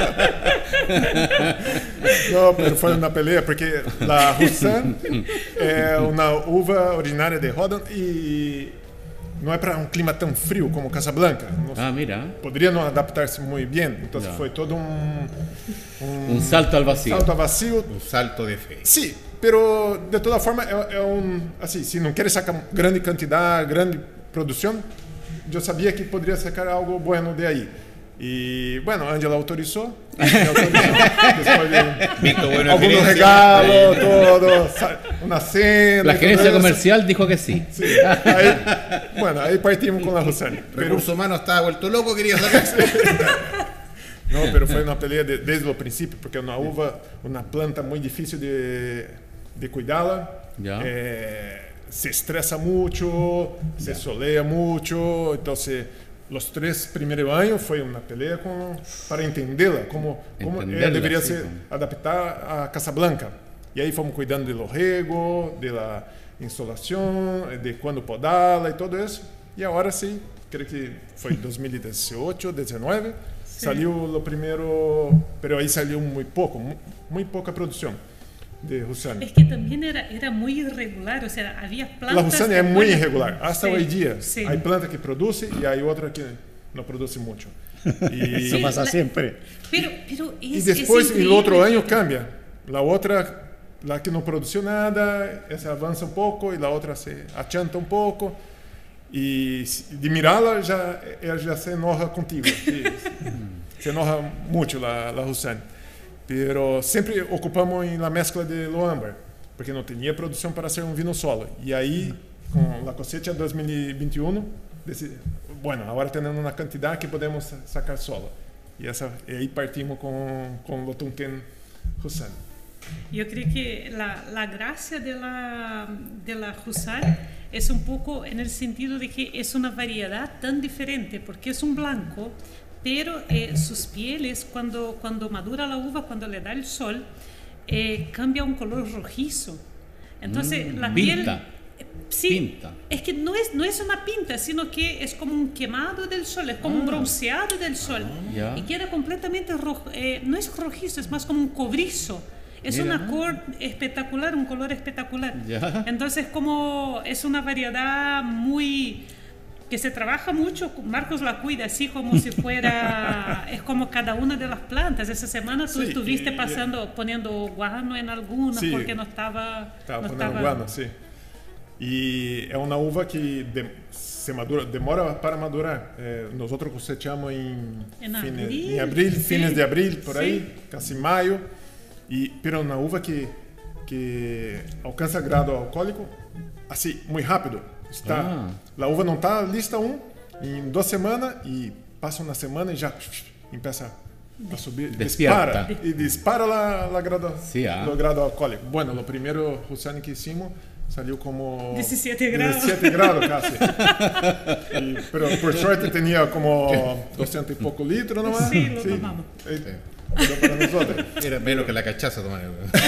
No, pero fue una pelea porque la Roussanne es una uva originaria de Rodon y no es para un clima tan frío como Casablanca. Mira. Podría no adaptarse muy bien. Entonces Ya. fue todo un salto al vacío. Un salto de fe. Sí, pero de toda forma así, si no quieres sacar grande cantidad, grande producción, yo sabía que podría sacar algo bueno de ahí. Y bueno, Ángela autorizó. Después Visto bueno algunos gerencia. regalos, todo, una cena. La y todo gerencia eso. comercial dijo que sí. Sí, ahí partimos con la Roussanne. Recursos humanos estaba vuelto loco, quería sacar. No, pero fue una pelea desde el principio, porque es una uva, una planta muy difícil de cuidarla. Ya. Se estresa mucho, se solea mucho, entonces los 3 primeros años fue una pelea para entenderla, como ella debería sí, ser adaptada a Casablanca. Y ahí fomos cuidando de los regos, de la insolación, de cuándo podarla y todo eso. Y ahora sí, creo que fue en 2018, 19, salió lo primero, pero ahí salió muy poca producción de Roussanne. Es que también era muy irregular, o sea, había plantas... La Roussanne es muy irregular, hasta Sí, hoy día. sí. Hay plantas que producen y hay otras que no producen mucho. Y, Eso pasa siempre. Pero y es después, el increíble. otro año cambia. La otra, la que no produció nada, esa avanza un poco y la otra se achanta un poco. Y de mirarla, ella ya se enoja contigo. Sí. Se enoja mucho la Roussanne. Pero sempre ocupamos em la mezcla de lo ámbar, porque não tinha produção para ser um vinho solo. E aí, com la cosecha 2021, bueno, agora temos uma quantidade que podemos sacar solo. E aí partimos com o Tonquén Roussanne. Yo creo que la gracia de la Roussanne es un poco en el sentido de que es una variedad tan diferente, porque es un blanco, pero sus pieles, cuando madura la uva, cuando le da el sol, cambia un color rojizo. Entonces, la piel... Pinta. Sí, Pinta. es que no es una pinta, sino que es como un quemado del sol, es como un bronceado del sol. Ya. Y queda completamente rojo, no es rojizo, es más como un cobrizo. Es Mira. una cor espectacular, un color espectacular. Ya. Entonces, como es una variedad muy... que se trabaja mucho, Marcos la cuida así como si fuera, es como cada una de las plantas. Esa semana tú Sí, estuviste y- poniendo guano en algunas Sí. porque no estaba... Estava no poniendo estaba- guano, sim. E é uma uva que demora para madurar. Nós outros cosechamos Em em abril, abril, sim. fines de abril, por Sim. aí, quase maio. Pero uma uva que alcança grado alcoólico assim, muito rápido. A uva não está lista em 2 semanas e passa uma semana e já começa a subir, Despierta. dispara la grado, Sí, lo grado alcohólico. Bueno, lo primero Roussanne que hicimos salió como 17 grados. 17 grados casi. Pero por suerte tenía como 200 y poco litros nomás. Sí, lo tomamos. Pero para nosotros. Era menos que la cachaza tomar.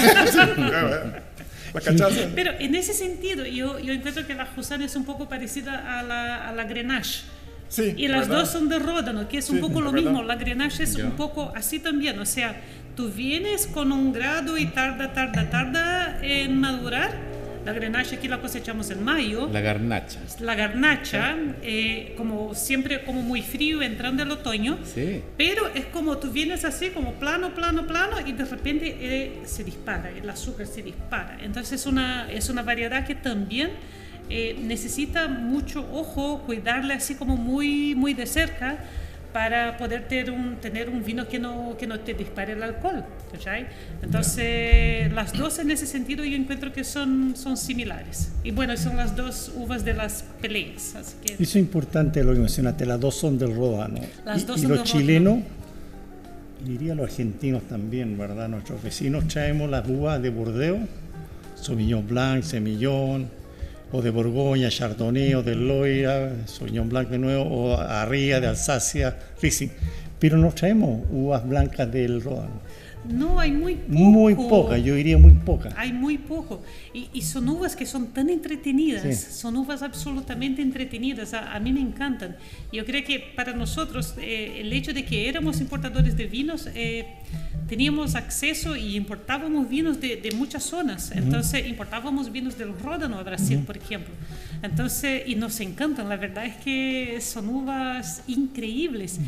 La cachaza. Pero en ese sentido, yo encuentro que la Hussan es un poco parecida a la Grenache. Sí, y las ¿verdad? dos son de ródano, que es un poco lo ¿verdad? mismo. La Grenache es un poco así también. O sea, tú vienes con un grado y tarda en madurar. La Grenache aquí la cosechamos en mayo. La garnacha. La garnacha, como siempre, como muy frío entrando el otoño. Sí. Pero es como tú vienes así, como plano, y de repente se dispara, el azúcar se dispara. Entonces es una variedad que también necesita mucho ojo, cuidarla así como muy, muy de cerca, para poder tener un vino que no te dispare el alcohol, ¿cachai? Entonces, las dos en ese sentido yo encuentro que son similares. Y bueno, son las dos uvas de las peleas. Así que Eso es importante lo que mencionaste, las dos son del ródano. Las dos y son los del chilenos, y diría los argentinos también, ¿verdad? Nuestros vecinos traemos las uvas de Bordeaux, Sauvignon Blanc, Semillón, o de Borgoña, Chardonnay, o de Loira, Sauvignon Blanc de nuevo, o Arria, de Alsacia, Riesling. Pero no traemos uvas blancas del ródano. no, hay muy poco. Muy pocas, yo diría muy pocas. Hay muy poco. Y son uvas que son tan entretenidas, Sí. son uvas absolutamente entretenidas, a mí me encantan. Yo creo que para nosotros el hecho de que éramos importadores de vinos, teníamos acceso y importábamos vinos de muchas zonas. Entonces importábamos vinos del Ródano a Brasil, por ejemplo. Entonces, y nos encantan, la verdad es que son uvas increíbles.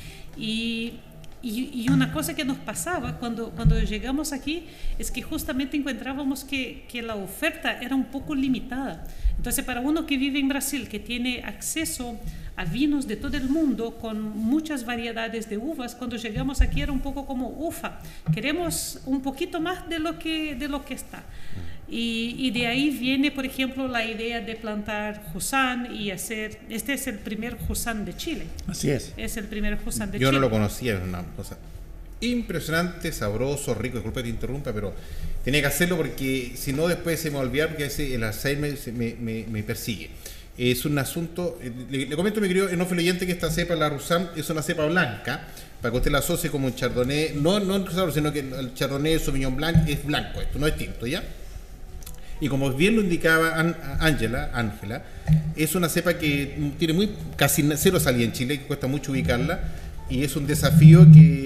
Y una cosa que nos pasaba cuando llegamos aquí es que justamente encontrábamos que la oferta era un poco limitada. Entonces, para uno que vive en Brasil, que tiene acceso a vinos de todo el mundo con muchas variedades de uvas, cuando llegamos aquí era un poco como, ufa, queremos un poquito más de lo que está. Y de ahí viene, por ejemplo, la idea de plantar Hussan y hacer... Este es el primer Hussan de Chile. Así es. Es el primer Hussan de Chile. Yo no lo conocía, es una cosa impresionante, sabroso, rico. Disculpa que te interrumpa, pero tenía que hacerlo porque si no después se me va a olvidar, porque el Alzheimer me persigue. Es un asunto... Le comento a mi querido enófilo oyente que esta cepa, la Hussan, es una cepa blanca, para que usted la asocie como un chardonnay, no en rosado, sino que el chardonnay Sauvignon Blanc es blanco, esto no es tinto, ¿ya? Y como bien lo indicaba Ángela, es una cepa que tiene casi cero salida en Chile, que cuesta mucho ubicarla, y es un desafío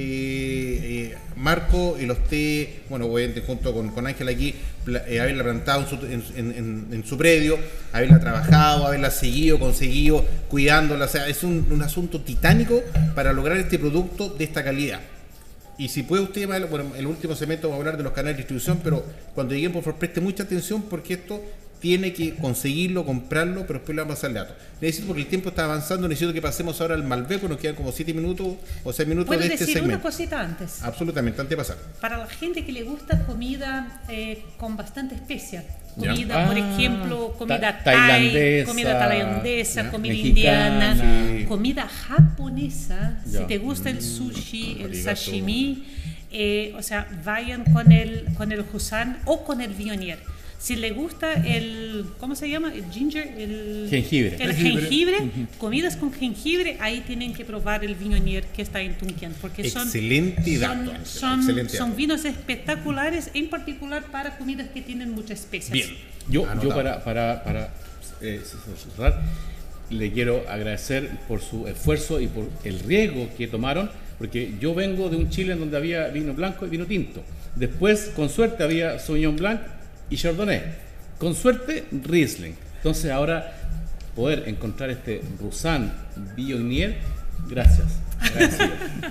que Marco y los té, bueno, obviamente junto con Ángela aquí, haberla plantado en su predio, haberla trabajado, haberla conseguido, cuidándola, o sea, es un asunto titánico para lograr este producto de esta calidad. Y si puede usted, bueno, en el último segmento vamos a hablar de los canales de distribución, pero cuando lleguen, por favor, preste mucha atención porque esto tiene que conseguirlo, comprarlo, pero después le vamos a pasar el dato. Necesito, porque el tiempo está avanzando, necesito que pasemos ahora al Malbec, nos quedan como 7 minutos o 6 minutos de este segmento. ¿Puedo decir una cosita antes? Absolutamente, antes de pasar. Para la gente que le gusta comida con bastante especia, comida, por ejemplo, comida tailandesa, comida tailandesa, comida mexicana, indiana, comida japonesa, Ya. si te gusta el sushi, el sashimi, o sea, vayan con el Hussan o con el Viognier. Si le gusta ¿cómo se llama? El ginger, jengibre. El jengibre, comidas con jengibre, ahí tienen que probar el Viognier que está en Tunquén, porque Excelente dato, excelente son dato. vinos espectaculares, en particular para comidas que tienen muchas especias. Bien. Yo Anotado. para cerrar, le quiero agradecer por su esfuerzo y por el riesgo que tomaron, porque yo vengo de un Chile en donde había vino blanco y vino tinto. Después, con suerte, había Sauvignon Blanc y Chardonnay. Con suerte, Riesling. Entonces ahora poder encontrar este Hussan Viognier, gracias. Agradecido.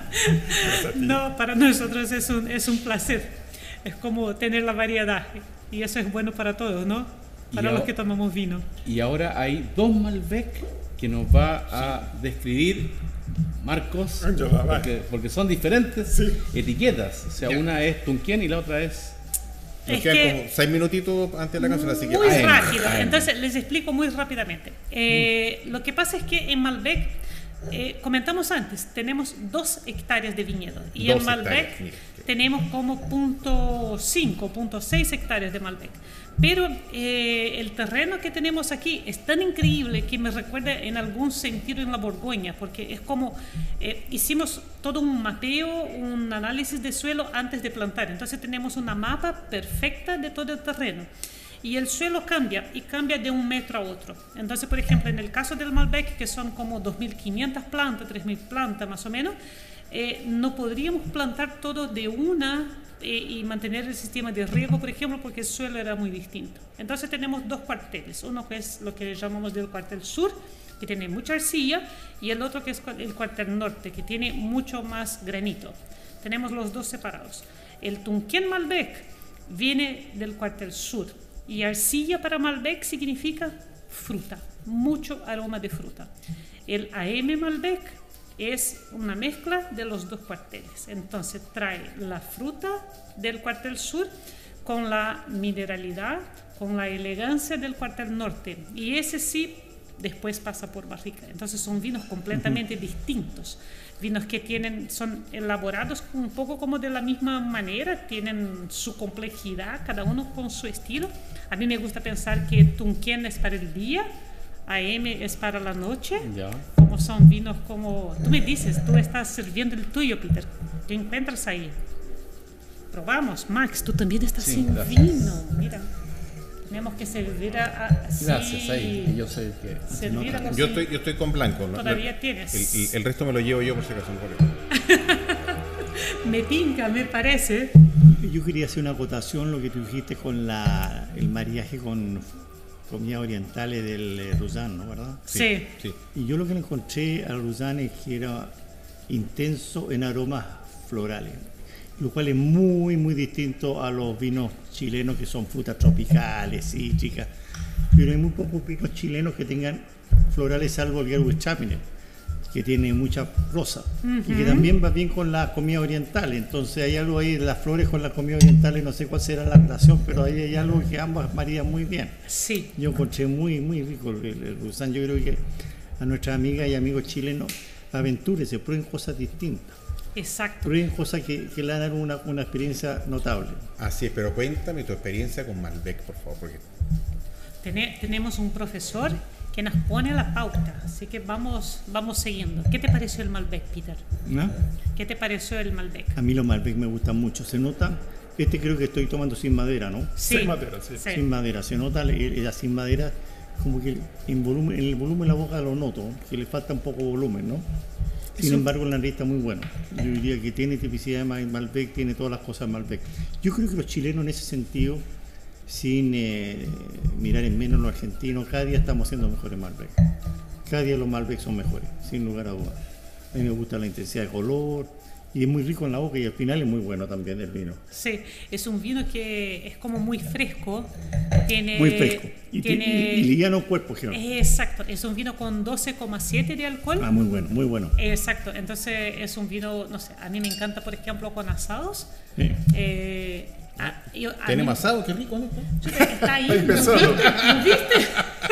No, para nosotros es un placer. Es como tener la variedad. Y eso es bueno para todos, ¿no? Para los que tomamos vino. Y ahora hay 2 Malbec que nos va a describir Marcos, Ángela, porque son diferentes etiquetas. O sea, Ya. una es Tunquén y la otra es... Nos Es quedan que- como 6 minutitos antes de la canción, así que... Muy adelante, rápido. adelante. Entonces, les explico muy rápidamente. Lo que pasa es que en Malbec, comentamos antes, tenemos 2 hectáreas de viñedo. Y 2 en Malbec hectáreas, mira. tenemos como 0.6 hectáreas de Malbec. Pero el terreno que tenemos aquí es tan increíble que me recuerda en algún sentido en la Borgoña, porque es como hicimos todo un mapeo, un análisis de suelo antes de plantar. Entonces tenemos una mapa perfecta de todo el terreno. Y el suelo cambia, y cambia de un metro a otro. Entonces, por ejemplo, en el caso del Malbec, que son como 2.500 plantas, 3.000 plantas más o menos, no podríamos plantar todo de una y mantener el sistema de riego, por ejemplo, porque el suelo era muy distinto. Entonces tenemos dos cuarteles, uno que es lo que llamamos del cuartel sur, que tiene mucha arcilla, y el otro que es el cuartel norte, que tiene mucho más granito. Tenemos los dos separados. El Tunquén Malbec viene del cuartel sur, y arcilla para Malbec significa fruta, mucho aroma de fruta. El AM Malbec es una mezcla de los dos cuarteles. Entonces trae la fruta del cuartel sur con la mineralidad, con la elegancia del cuartel norte. Y ese sí después pasa por barrica. Entonces son vinos completamente distintos. Vinos que son elaborados un poco como de la misma manera, tienen su complejidad, cada uno con su estilo. A mí me gusta pensar que Tunquén es para el día, AM es para la noche. Ya. Como son vinos como... Tú me dices, tú estás sirviendo el tuyo, Peter. ¿Qué encuentras ahí? Probamos. Max, tú también estás sin vino. Mira, tenemos que servir así. Gracias, ahí. Yo sé que... Servir a los... Yo estoy con blanco. Todavía tienes. El resto me lo llevo yo por si acaso. Me tinca, me parece. Yo quería hacer una acotación, lo que tú dijiste con el mariaje con comidas orientales del Roussanne, ¿no? ¿Verdad? Sí. Y yo lo que le encontré al Roussanne es que era intenso en aromas florales, lo cual es muy, muy distinto a los vinos chilenos que son frutas tropicales, cítricas. Pero hay muy pocos vinos chilenos que tengan florales, salvo el Gewürztraminer, que tiene mucha rosa y que también va bien con la comida oriental. Entonces hay algo ahí, las flores con la comida oriental, y no sé cuál será la relación, pero ahí hay algo que ambas marían muy bien. Sí. Yo encontré muy, muy rico el Roussanne. Yo creo que a nuestras amigas y amigos chilenos, aventúrense, prueben cosas distintas. Exacto. Prueben cosas que le dan una experiencia notable. Así es, pero cuéntame tu experiencia con Malbec, por favor. Porque... Tenemos un profesor que nos pone la pauta, así que vamos siguiendo. ¿Qué te pareció el Malbec, Peter? ¿No? ¿Qué te pareció el Malbec? A mí los Malbec me gustan mucho. Se nota, creo que estoy tomando sin madera, ¿no? Sí. Sin madera, sí. Sin madera. Se nota la sin madera, como que en el volumen de la boca lo noto, que le falta un poco de volumen, ¿no? Sin embargo, el nariz está muy bueno. Yo diría que tiene tipicidad de Malbec, tiene todas las cosas de Malbec. Yo creo que los chilenos en ese sentido, sin mirar en menos los argentinos, cada día estamos haciendo mejores Malbec. Cada día los Malbec son mejores, sin lugar a dudas. A mí me gusta la intensidad de color y es muy rico en la boca, y al final es muy bueno también el vino. Sí, es un vino que es como muy fresco. Muy fresco. Y liviano cuerpo, Gerardo. Exacto, es un vino con 12,7 de alcohol. Ah, muy bueno, muy bueno. Exacto, entonces es un vino, no sé, a mí me encanta, por ejemplo, con asados. Sí. Tenemos asado, qué rico, ¿no? Está ahí, Empezó. ¿lo viste?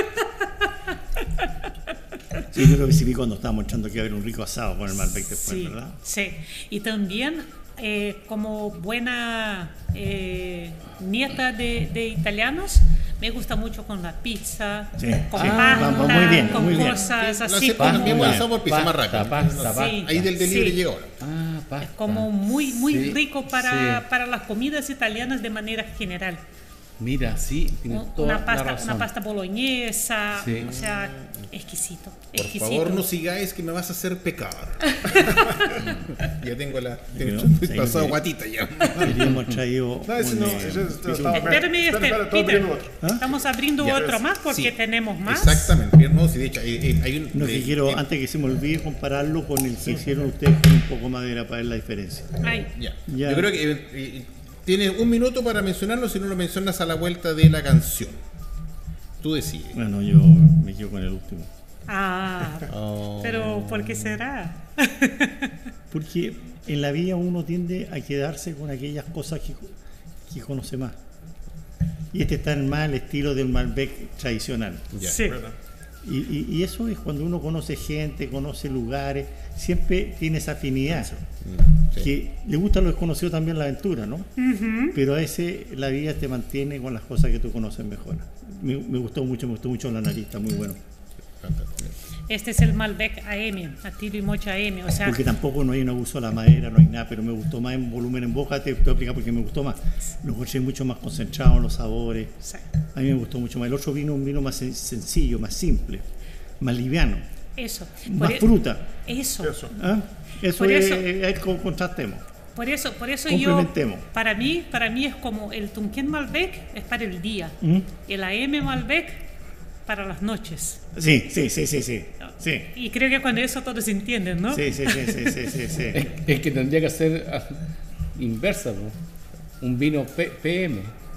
Sí, yo lo recibí cuando estábamos echando que haber un rico asado con el Malbec después, Sí, ¿verdad? sí. Y también como buena nieta de italianos, me gusta mucho con la pizza, Sí, con sí. pasta, Muy bien, con muy bien. cosas Lo así. hacemos también Como, buen asado por pizza más rápido. Pasta. Ahí del delivery Sí. llega ahora. Pasta. como muy Sí, rico para las comidas italianas de manera general. Mira, sí, tienes toda la razón. Una pasta boloñesa, Sí. o sea, exquisito. Por exquisito. favor, no sigáis que me vas a hacer pecar. Ya tengo Pero, estoy pasado sí. guatita ya. Hemos traído No, ese no, ese estaba Espérame, espera, estoy Peter, abriendo otro. estamos abriendo Ya. otro más porque Sí. tenemos más. Exactamente. No, sí, de hecho, hay un... No, que quiero, antes que se me olvide, compararlo con el que hicieron ustedes con un poco más madera para ver la diferencia. Ay, Ya. Ya. Yo creo que tienes un minuto para mencionarlo, si no lo mencionas a la vuelta de la canción. Tú decides. Bueno, yo me quedo con el último. Pero ¿por qué será? Porque en la vida uno tiende a quedarse con aquellas cosas que conoce más. Y este está en más el estilo del Malbec tradicional. Ya. Sí. Y eso es cuando uno conoce gente, conoce lugares, siempre tiene esa afinidad. que le gusta lo desconocido también, la aventura, ¿no? Pero a veces la vida te mantiene con las cosas que tú conoces mejor. Me gustó mucho la nariz, está muy bueno. Este es el Malbec AM, a tiro y mocha AM, o sea... Porque tampoco no hay un abuso de la madera, no hay nada, pero me gustó más en volumen en boca, te voy a explicar porque me gustó más. Lo encontré mucho más concentrado en los sabores. Sí. A mí me gustó mucho más. El otro vino, un vino más sencillo, más simple, más liviano. Eso. Más fruta. Eso. ¿Ah? Eso es como contrastemos. Por eso Complementemos. Para mí es como el Tunquén Malbec es para el día, el AM Malbec para las noches. Sí. Y creo que con eso todos entienden, ¿no? Sí. Es que tendría que ser inversa, ¿no? Un vino PM.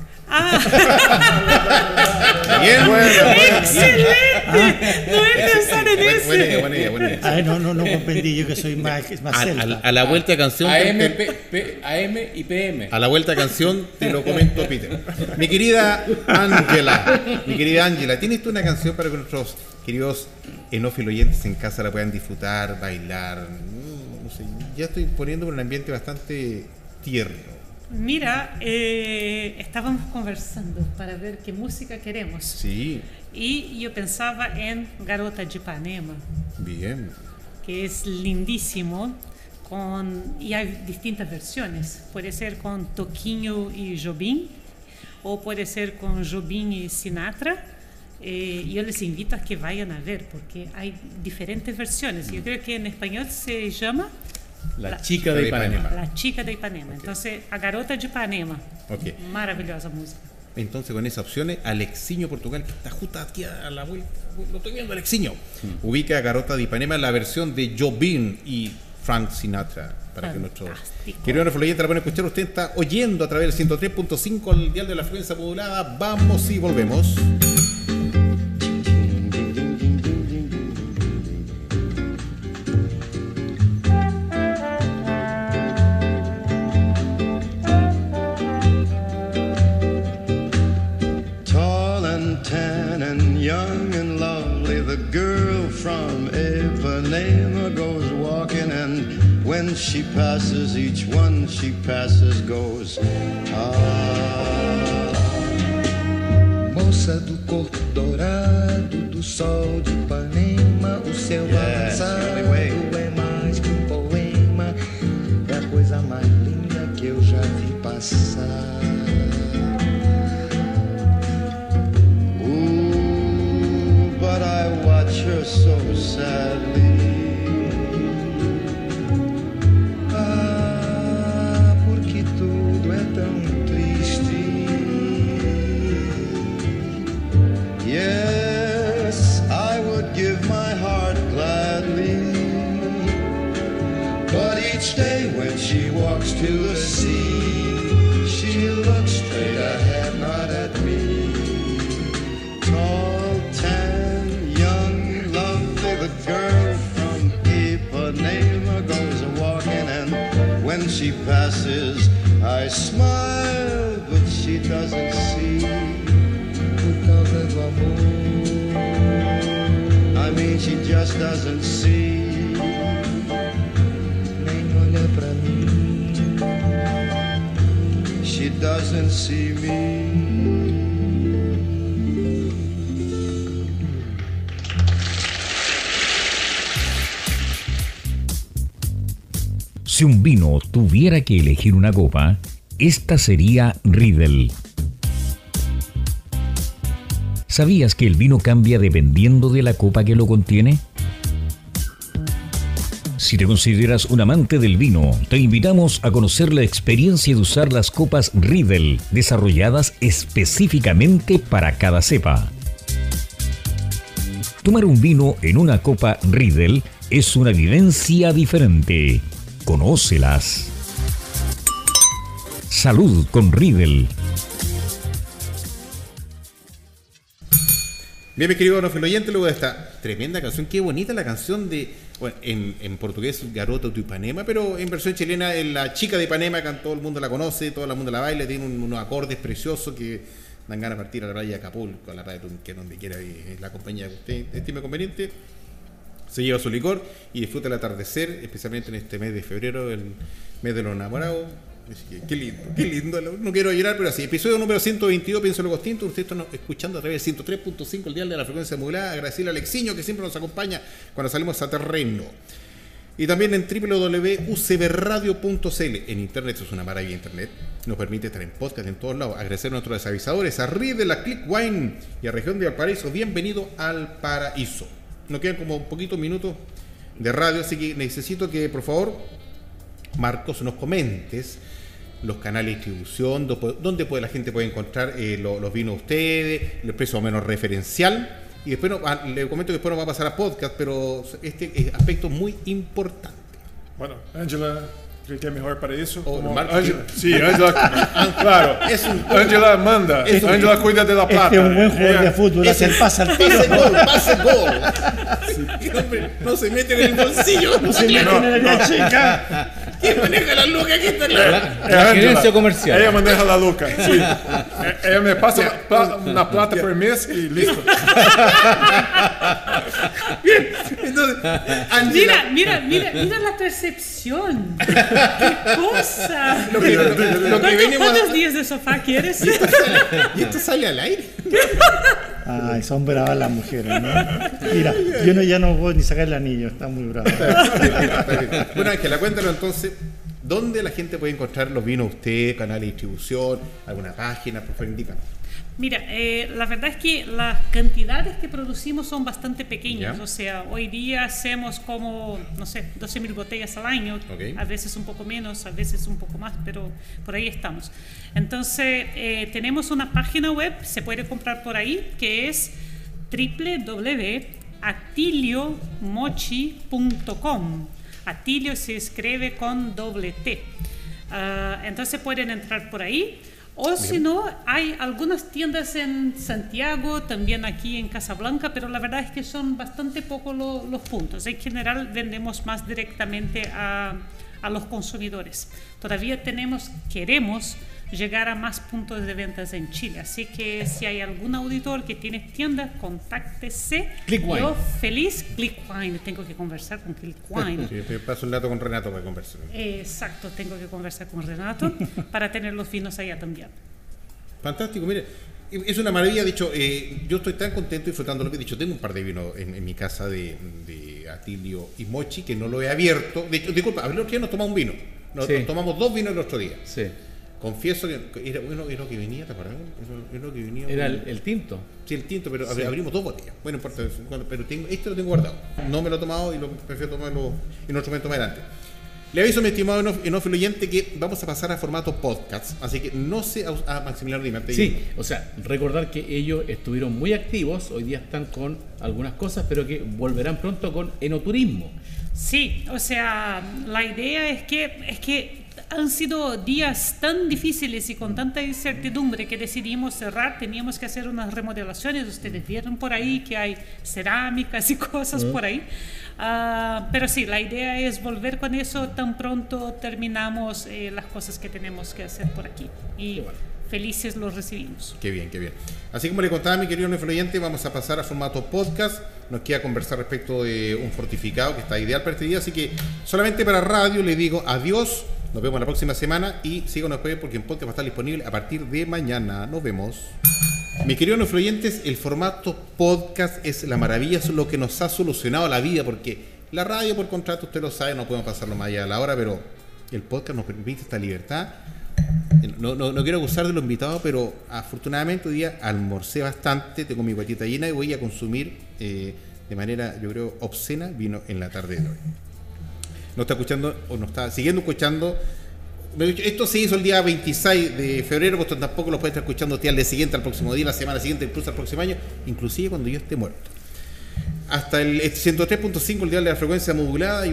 Bien, ¡excelente! No voy a pensar en ese. Buena idea. No comprendí, yo que soy más celta. A la vuelta de canción... AM y PM. A la vuelta de canción te lo comento, Peter. Mi querida Ángela, ¿tienes tú una canción para que nuestros queridos enófilos oyentes en casa la puedan disfrutar, bailar? No sé, ya estoy poniendo un ambiente bastante tierno. Mira, estábamos conversando para ver qué música queremos. Sí. Y yo pensaba en Garota de Ipanema. Bien. Que es lindísimo. Y hay distintas versiones. Puede ser con Toquinho y Jobim, o puede ser con Jobim y Sinatra. Yo les invito a que vayan a ver, porque hay diferentes versiones. Yo creo que en español se llama... La chica de Ipanema. La chica de Ipanema. Okay. Entonces, a Garota de Ipanema. Okay. Maravillosa música. Entonces, con esas opciones, Alexiño Portugal, que está justo aquí a la vuelta. Lo estoy viendo, Alexiño. Ubica a Garota de Ipanema en la versión de Jobim y Frank Sinatra. Para que nuestros queridos oyentes la puedan escuchar. Usted está oyendo a través del 103.5 al dial de la frecuencia modulada. Vamos y volvemos. Young and lovely, the girl from Ipanema goes walking, and when she passes, each one she passes goes, moça do corpo dourado, do sol de Ipanema, o seu avançado é mais que um poema, é a coisa mais linda que eu já vi passar. But I watch her so sadly. Porque tudo é tão triste. Yes, I would give my heart gladly. But each day when she walks to the sea, she looks straight ahead, not at me. Tall, tan, young, lovely, the girl from Ipanema goes a-walking, and when she passes, I smile, but she doesn't see. Por causa do amor, I mean, she just doesn't see. Nem olha pra mim, she doesn't see me. Si un vino tuviera que elegir una copa, esta sería Riedel. ¿Sabías que el vino cambia dependiendo de la copa que lo contiene? Si te consideras un amante del vino, te invitamos a conocer la experiencia de usar las copas Riedel, desarrolladas específicamente para cada cepa. Tomar un vino en una copa Riedel es una vivencia diferente. Conócelas. Salud con Riedel. Bien, mi querido oyente, luego de esta tremenda canción, qué bonita la canción de, bueno, en portugués Garota de Ipanema, pero en versión chilena La Chica de Ipanema, que todo el mundo la conoce, todo el mundo la baila, tiene unos acordes preciosos que dan ganas de partir a la playa de Acapulco, a la playa de Tunquén, donde quiera, la compañía que usted estime conveniente. se lleva su licor y disfruta el atardecer, especialmente en este mes de febrero, el mes de los enamorados. Qué lindo, no quiero llorar, pero así, episodio número 122, Pienso en lo distinto. Usted está escuchando a través del 103.5, el dial de la frecuencia modulada. Agradecerle a Alexiño, que siempre nos acompaña cuando salimos a terreno. Y también en www.ucbradio.cl. En internet, eso es una maravilla, internet nos permite estar en podcast en todos lados. Agradecer a nuestros desavisadores, a Ríe de la Click Wine y a Región de Valparaíso. Bienvenido al paraíso. Nos quedan como un poquito minutos de radio, así que necesito que, por favor, Marcos, nos comentes los canales de distribución, dónde la gente puede encontrar los vinos de ustedes, el precio más o menos referencial. Y después le comento que después nos va a pasar a podcast, pero este aspecto muy importante. Bueno, Ángela, creo que es mejor para eso. Sí, Ángela, claro. Ángela manda. Ángela cuida de la plata. Este es un buen jugador de fútbol, hace el pase al tiro. Pase gol. No se mete en el bolsillo. No se mete en el área chica. ¿Quién maneja la luca? Aquí está la gerencia comercial. Ella maneja la luca, sí. Ella me pasa una plata por mes y listo. Bien. Entonces, mira la percepción. ¡Qué cosa! ¿Cuántos días de sofá quieres? ¿Y esto sale al aire? Ay, son bravas las mujeres, ¿no? Mira, yo ya no voy ni sacar el anillo, está muy bravo. Bueno, Ángela, cuéntanos entonces, ¿dónde la gente puede encontrar los vinos de usted, canal de distribución, alguna página, por favor, indícanos? Mira, la verdad es que las cantidades que producimos son bastante pequeñas. ¿Ya? O sea, hoy día hacemos como, no sé, 12.000 botellas al año. Okay. A veces un poco menos, a veces un poco más, pero por ahí estamos. Entonces, tenemos una página web, se puede comprar por ahí, que es www.atiliomochi.com. Atilio se escribe con doble T. Entonces pueden entrar por ahí. O si no, hay algunas tiendas en Santiago, también aquí en Casablanca, pero la verdad es que son bastante pocos los puntos. En general vendemos más directamente a los consumidores. Todavía queremos llegar a más puntos de ventas en Chile, así que si hay algún auditor que tiene tienda, contáctese. Clickwine. Yo feliz, Clickwine, tengo que conversar con Clickwine. Sí, te paso el dato con Renato para conversar. Exacto, tengo que conversar con Renato para tener los vinos allá también. Fantástico, mire, es una maravilla. De hecho, yo estoy tan contento disfrutando lo que he dicho. Tengo un par de vinos en mi casa de Atilio y Mochi que no lo he abierto. De hecho, disculpa, el otro día nos tomamos un vino. Nos tomamos 2 vinos el otro día. Sí. Confieso que era lo que venía, ¿te acuerdas? Era el tinto. Sí, el tinto, pero abrimos 2 botellas. Bueno, no importa, pero este lo tengo guardado. No me lo he tomado y lo prefiero tomarlo en otro momento más adelante. Le aviso, mi estimado enófilo oyente, que vamos a pasar a formato podcast, así que no sé a Maximiliano Dimarte. Sí, o sea, recordar que ellos estuvieron muy activos, hoy día están con algunas cosas, pero que volverán pronto con enoturismo. Sí, o sea, la idea es que han sido días tan difíciles y con tanta incertidumbre que decidimos cerrar. Teníamos que hacer unas remodelaciones. Ustedes vieron por ahí que hay cerámicas y cosas por ahí. Pero sí, la idea es volver con eso tan pronto terminamos las cosas que tenemos que hacer por aquí. Y felices los recibimos. Qué bien, qué bien. Así como le contaba mi querido influyente, vamos a pasar a formato podcast. Nos queda conversar respecto de un fortificado que está ideal para este día. Así que solamente para radio le digo adiós. Nos vemos la próxima semana y síganos después porque en podcast va a estar disponible a partir de mañana. Nos vemos. Mis queridos influyentes, el formato podcast es la maravilla, es lo que nos ha solucionado la vida, porque la radio por contrato, usted lo sabe, no podemos pasarlo más allá de la hora, pero el podcast nos permite esta libertad. No quiero acusar de los invitados, pero afortunadamente hoy día almorcé bastante, tengo mi guatita llena y voy a consumir de manera, yo creo, obscena vino en la tarde de hoy. Nos está escuchando o nos está siguiendo escuchando. Esto se hizo el día 26 de febrero, pues tampoco lo puede estar escuchando al día siguiente, al próximo día, la semana siguiente, incluso al próximo año, inclusive cuando yo esté muerto. Hasta el 103.5, el dial de la frecuencia modulada y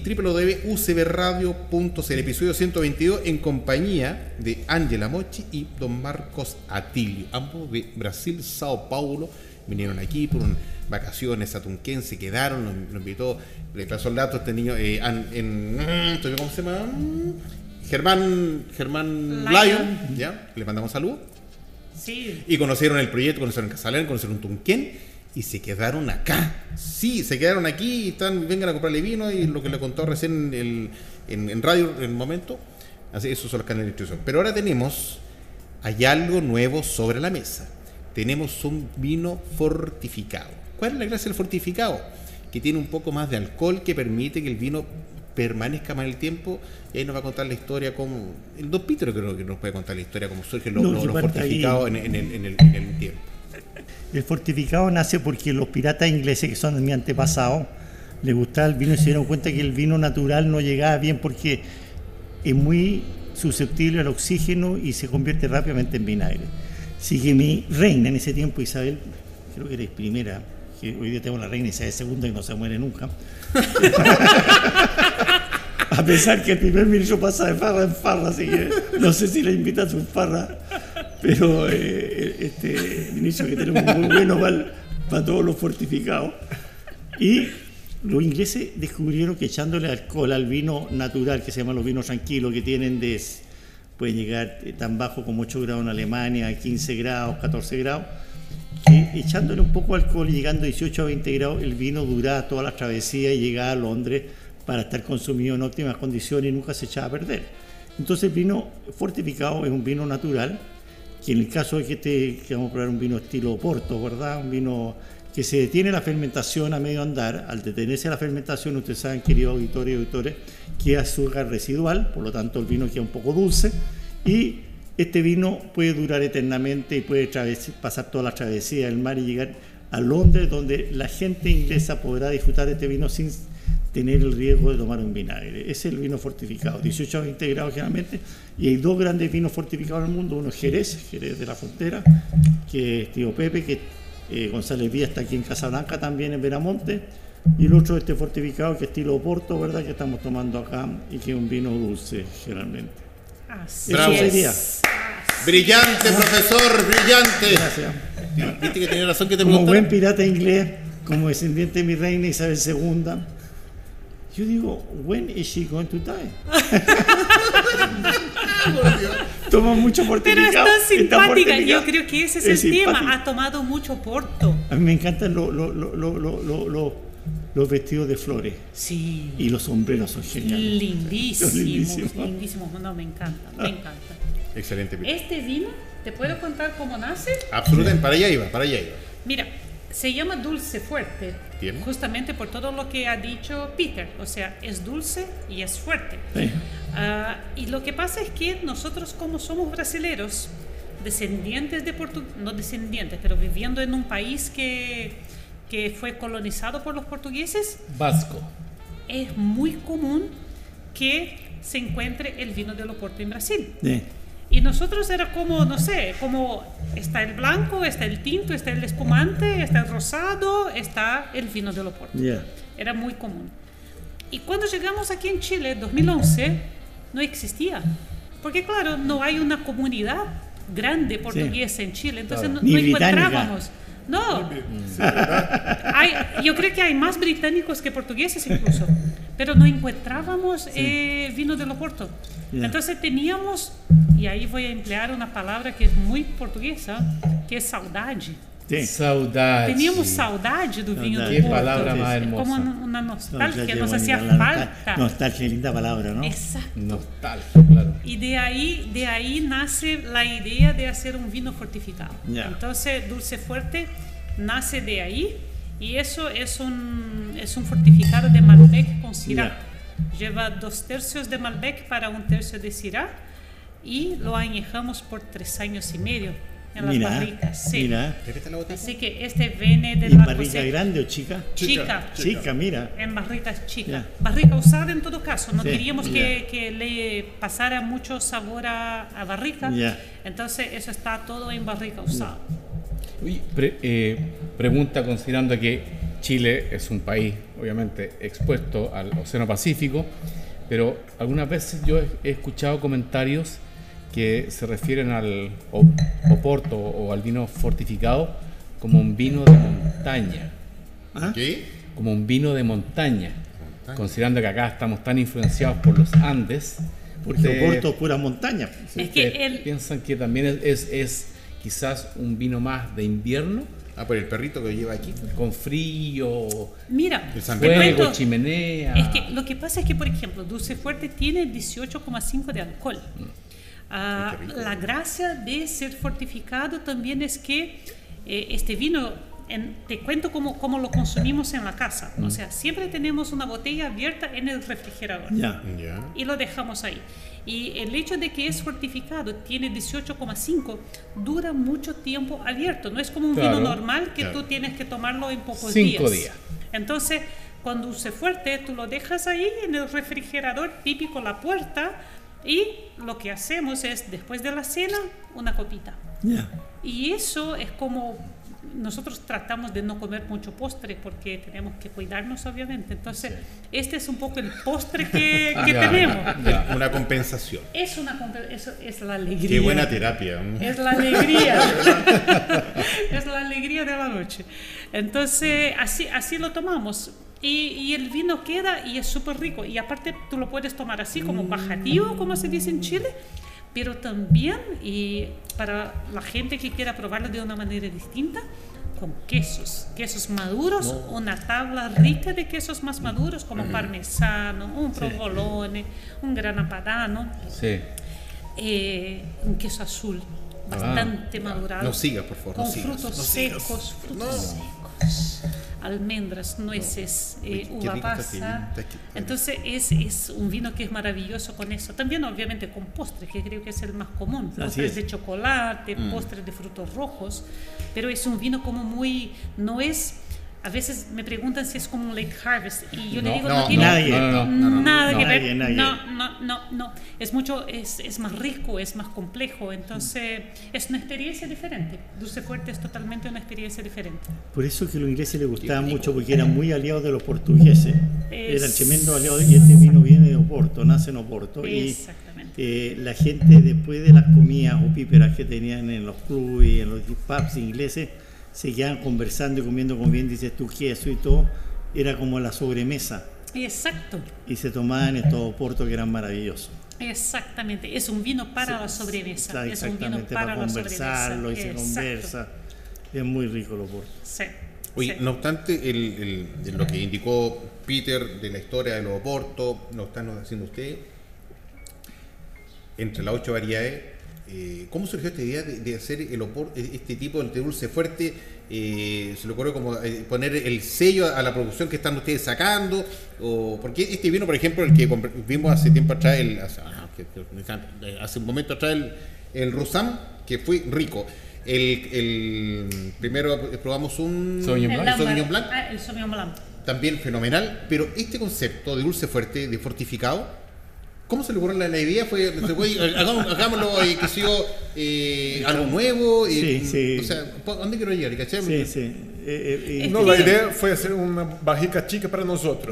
www.ucbradio.cl, episodio 122, en compañía de Ángela Mochi y don Marcos Atilio, ambos de Brasil, Sao Paulo. Vinieron aquí por vacaciones a Tunquén, se quedaron, nos invitó, le pasó el dato a este niño, ¿cómo se llama? Germán Lyon, ¿ya? Le mandamos saludos. Sí. Y conocieron el proyecto, conocieron Casalén, conocieron Tunquén. y se quedaron acá. Sí, se quedaron aquí y vengan a comprarle vino, y lo que le contó recién en radio en el momento. Así, esos son los canales de distribución. Pero ahora hay algo nuevo sobre la mesa. Tenemos un vino fortificado. ¿Cuál es la gracia del fortificado? Que tiene un poco más de alcohol, que permite que el vino permanezca más en el tiempo, y ahí nos va a contar la historia como el Don Peter, creo que nos puede contar la historia como surgen los fortificados en el tiempo. El fortificado nace porque los piratas ingleses, que son de mi antepasado, les gustaba el vino y se dieron cuenta que el vino natural no llegaba bien porque es muy susceptible al oxígeno y se convierte rápidamente en vinagre. Así que mi reina en ese tiempo, Isabel, creo que eres primera, que hoy día tengo la reina Isabel II y no se muere nunca. A pesar que el primer ministro pasa de farra en farra, así que no sé si le invita a su farra, pero este ministro que tenemos muy bueno para todos los fortificados. Y los ingleses descubrieron que echándole alcohol al vino natural, que se llama los vinos tranquilos, que pueden llegar tan bajo como 8 grados en Alemania, 15 grados, 14 grados, que echándole un poco de alcohol y llegando a 18 a 20 grados, el vino duraba toda la travesía y llegaba a Londres para estar consumido en óptimas condiciones y nunca se echaba a perder. Entonces el vino fortificado es un vino natural, que en el caso de que vamos a probar un vino estilo Oporto, ¿verdad? Un vino que se detiene la fermentación a medio andar. Al detenerse la fermentación, ustedes saben, queridos auditores y auditores, queda azúcar residual, por lo tanto el vino queda un poco dulce, y este vino puede durar eternamente y puede pasar toda la travesía del mar y llegar a Londres, donde la gente inglesa podrá disfrutar de este vino sin tener el riesgo de tomar un vinagre. Ese es el vino fortificado, 18 a 20 grados generalmente, y hay dos grandes vinos fortificados en el mundo. Uno es Jerez de la Frontera, que es Tío Pepe, que González Díaz está aquí en Casablanca, también en Veramonte, y el otro fortificado, que es estilo Oporto, ¿verdad?, que estamos tomando acá, y que es un vino dulce generalmente. Bravo. Eso sería. Brillante, profesor, brillante. Gracias. Viste que tenía razón que te Como preguntara. buen pirata inglés, como descendiente de mi reina Isabel II, yo digo, when is she going to die? Toma mucho fortificado. Pero es tan simpática, fortificado. yo creo que ese es el tema. Ha tomado mucho Porto. A mí me encantan los vestidos de flores. Sí. Y los sombreros son geniales. Lindísimos. No, me encanta, me encanta. Excelente. Este vino, ¿te puedo contar cómo nace? Absolutamente, para allá iba. Mira, se llama dulce fuerte, Bien. justamente por todo lo que ha dicho Peter, o sea, es dulce y es fuerte. Sí. Y lo que pasa es que nosotros, como somos brasileros, descendientes de no descendientes, pero viviendo en un país que fue colonizado por los portugueses, Vasco. es muy común que se encuentre el vino del Oporto en Brasil. Sí. Y nosotros era como, no sé, como está el blanco, está el tinto, está el espumante, está el rosado, está el vino del Oporto. Yeah. Era muy común. Y cuando llegamos aquí en Chile, 2011, no existía. Porque claro, no hay una comunidad grande portuguesa en Chile, entonces Claro. no Ni encontrábamos. No, yo creo que hay más británicos que portugueses incluso, pero no encontrábamos vino del Oporto. Yeah. Entonces teníamos, y ahí voy a emplear una palabra que es muy portuguesa, que es saudade. Sí. Saudade. Teníamos saudade do vinho do Qué Porto. palabra más hermosa. Como una nostalgia, nos bonita, hacía la falta. Nostalgia, linda palabra, ¿no? Exacto. Nostalgia, claro. Y de ahí nace la idea de hacer un vino fortificado. Yeah. Entonces, Dulce Fuerte nace de ahí, y eso es un fortificado de Malbec con Syrah. Yeah. Lleva 2/3 de Malbec para 1/3 de Syrah, y lo añejamos por 3 años y medio en las barricas. Sí. Mira. Así que este viene de ¿Y la barriga cosecha grande o chica? chica. Mira. En barricas chicas. Yeah. Barrica usada en todo caso. No Sí, queríamos yeah. que le pasara mucho sabor a barrica. Yeah. Entonces eso está todo en barrica usada. Oye, pregunta, considerando que Chile es un país obviamente expuesto al Océano Pacífico, pero algunas veces yo he escuchado comentarios que se refieren al Oporto o al vino fortificado como un vino de montaña. ¿Ah? ¿Qué? Como un vino de montaña, considerando que acá estamos tan influenciados por los Andes. Porque Oporto es pura montaña. Es que ¿Piensan que también es quizás un vino más de invierno? por el perrito que lleva aquí. Con frío, Mira, El San te Bernardo. cuento, chimenea. es que lo que pasa es que, por ejemplo, Dulce Fuerte tiene 18,5 de alcohol. La gracia de ser fortificado también es que este vino, te cuento cómo lo consumimos en la casa. O sea, siempre tenemos una botella abierta en el refrigerador Ya. y lo dejamos ahí. Y el hecho de que es fortificado, tiene 18,5, dura mucho tiempo abierto. No es como un Claro, vino normal que claro. tú tienes que tomarlo en pocos 5 días. días. Entonces, cuando Dulce Fuerte, tú lo dejas ahí en el refrigerador, típico la puerta, y lo que hacemos es, después de la cena, una copita. Ya. Y eso es como nosotros tratamos de no comer mucho postre porque tenemos que cuidarnos, obviamente. Entonces, este es un poco el postre que Ya, tenemos. ya. Una compensación. Eso es la alegría. Qué buena terapia. Es la alegría. Es la alegría de la noche. Entonces, así lo tomamos. Y el vino queda y es súper rico. Y aparte, tú lo puedes tomar así como bajativo, como se dice en Chile, pero también, y para la gente que quiera probarlo de una manera distinta, con quesos maduros, una tabla rica de quesos más maduros como parmesano, un provolone, un grana padano, Sí. un queso azul bastante madurado, No sigas, por favor. con no sigas, frutos no sigas. secos, almendras, nueces, Uy, qué uva rico está este pasa. vino, está Entonces es un vino que es maravilloso con eso. También obviamente con postres, que creo que es el más común. Así Postres es. de chocolate, postres de frutos rojos. Pero es un vino como muy... No es... A veces me preguntan si es como un Late Harvest y yo le digo no tiene nadie. nada que Nadie, ver. nadie. No. Es mucho, es más rico, es más complejo. Entonces es una experiencia diferente. Dulce Fuerte es totalmente una experiencia diferente. Por eso que a los ingleses les gustaba mucho, porque eran muy aliados de los portugueses. Eran tremendos aliados, y este vino viene de Oporto, nace en Oporto. Exactamente. Y la gente, después de las comidas o píperas que tenían en los clubes y en los pubs ingleses, se quedaban conversando y comiendo, como bien dices tú, queso y todo. Era como la sobremesa. Exacto. Y se tomaban estos Oporto que eran maravillosos. Exactamente, es un vino para la sobremesa. Es un vino Exactamente, para la conversarlo sobremesa. y se Exacto. conversa. Es muy rico el Oporto. Sí. Oye, sí. no obstante, de lo que indicó Peter de la historia de los Oporto, lo están haciendo ustedes, entre las 8 variedades, ¿cómo surgió esta idea de hacer el Oporto, este tipo de Dulce Fuerte? Se le ocurrió como poner el sello a la producción que están ustedes sacando, o porque este vino, por ejemplo, el que vimos hace tiempo atrás, hace un momento atrás, el Roussan, que fue rico. El primero probamos un Sauvignon Blanc, El Sauvignon Blanc. también fenomenal, pero este concepto de dulce fuerte, de fortificado, ¿cómo se le ocurrió la idea? Hagámoslo, qué sé yo, algo nuevo. Sí. O sea, ¿dónde quiero llegar? ¿Cachai? Sí. No, la idea fue hacer una barrica chica para nosotros.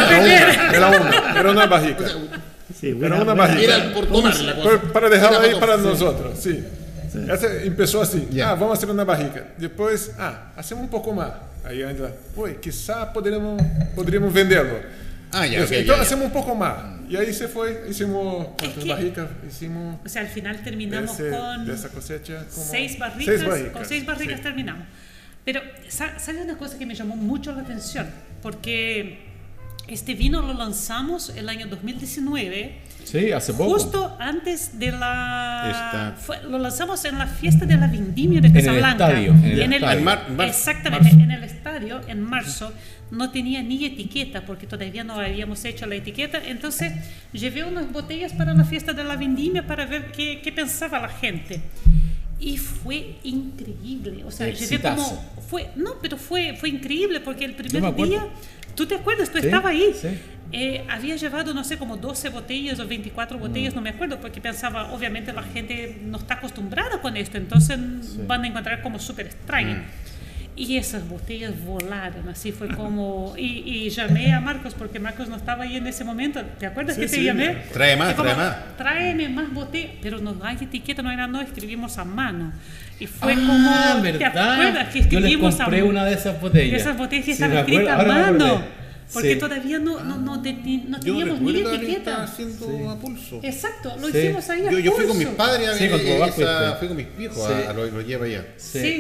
Era una barrica. Sí, Era una barrica. Era por tomar la cosa. Para dejarla Era ahí para tomar. nosotros, sí. Essa empezó así. Ya. Vamos a hacer una barrica. Después, hacemos un poco más. Ahí entra, quizá podríamos venderlo. Entonces hacemos un poco más. Y ahí se fue, hicimos ¿cuántas barricas? Hicimos O sea, al final terminamos con de esa cosecha como 6 barricas. 6 barricas. Con 6 barricas Sí. terminamos. Pero, ¿sabes una cosa que me llamó mucho la atención? Porque este vino lo lanzamos el año 2019. Sí, hace poco. Justo antes de lo lanzamos en la fiesta de la vendimia de Casablanca. En el estadio. Exactamente, en el estadio, en marzo. No tenía ni etiqueta, porque todavía no habíamos hecho la etiqueta. Entonces, llevé unas botellas para la fiesta de la vendimia para ver qué pensaba la gente. Y fue increíble. O sea, llevé como... Fue increíble, porque el primer día... ¿Tú te acuerdas? Tú estabas ahí. Sí. Había llevado, no sé, como 12 botellas o 24 botellas, no me acuerdo, porque pensaba, obviamente la gente no está acostumbrada con esto, entonces van a encontrar como súper extraño. Y esas botellas volaron, así fue como... Y llamé a Marcos, porque Marcos no estaba ahí en ese momento. ¿Te acuerdas que te llamé? Trae más, Y como, trae más. Tráeme más botellas, pero no hay etiqueta, no era, no, escribimos a mano. Y fue como... ¿verdad? ¿Te acuerdas que Yo les escribimos compré una de esas botellas. De esas botellas que Sí, estaban me acuerdo, escritas a ahora me mano. acordé. Porque Sí. todavía no Yo teníamos ni recuerdo etiqueta. haciendo a pulso. Exacto, lo Sí. hicimos ahí a Yo fui con pulso. mis padres a Sí, ver con tu papá fuiste. fui con mis viejos, Sí. lo lleva allá. Sí,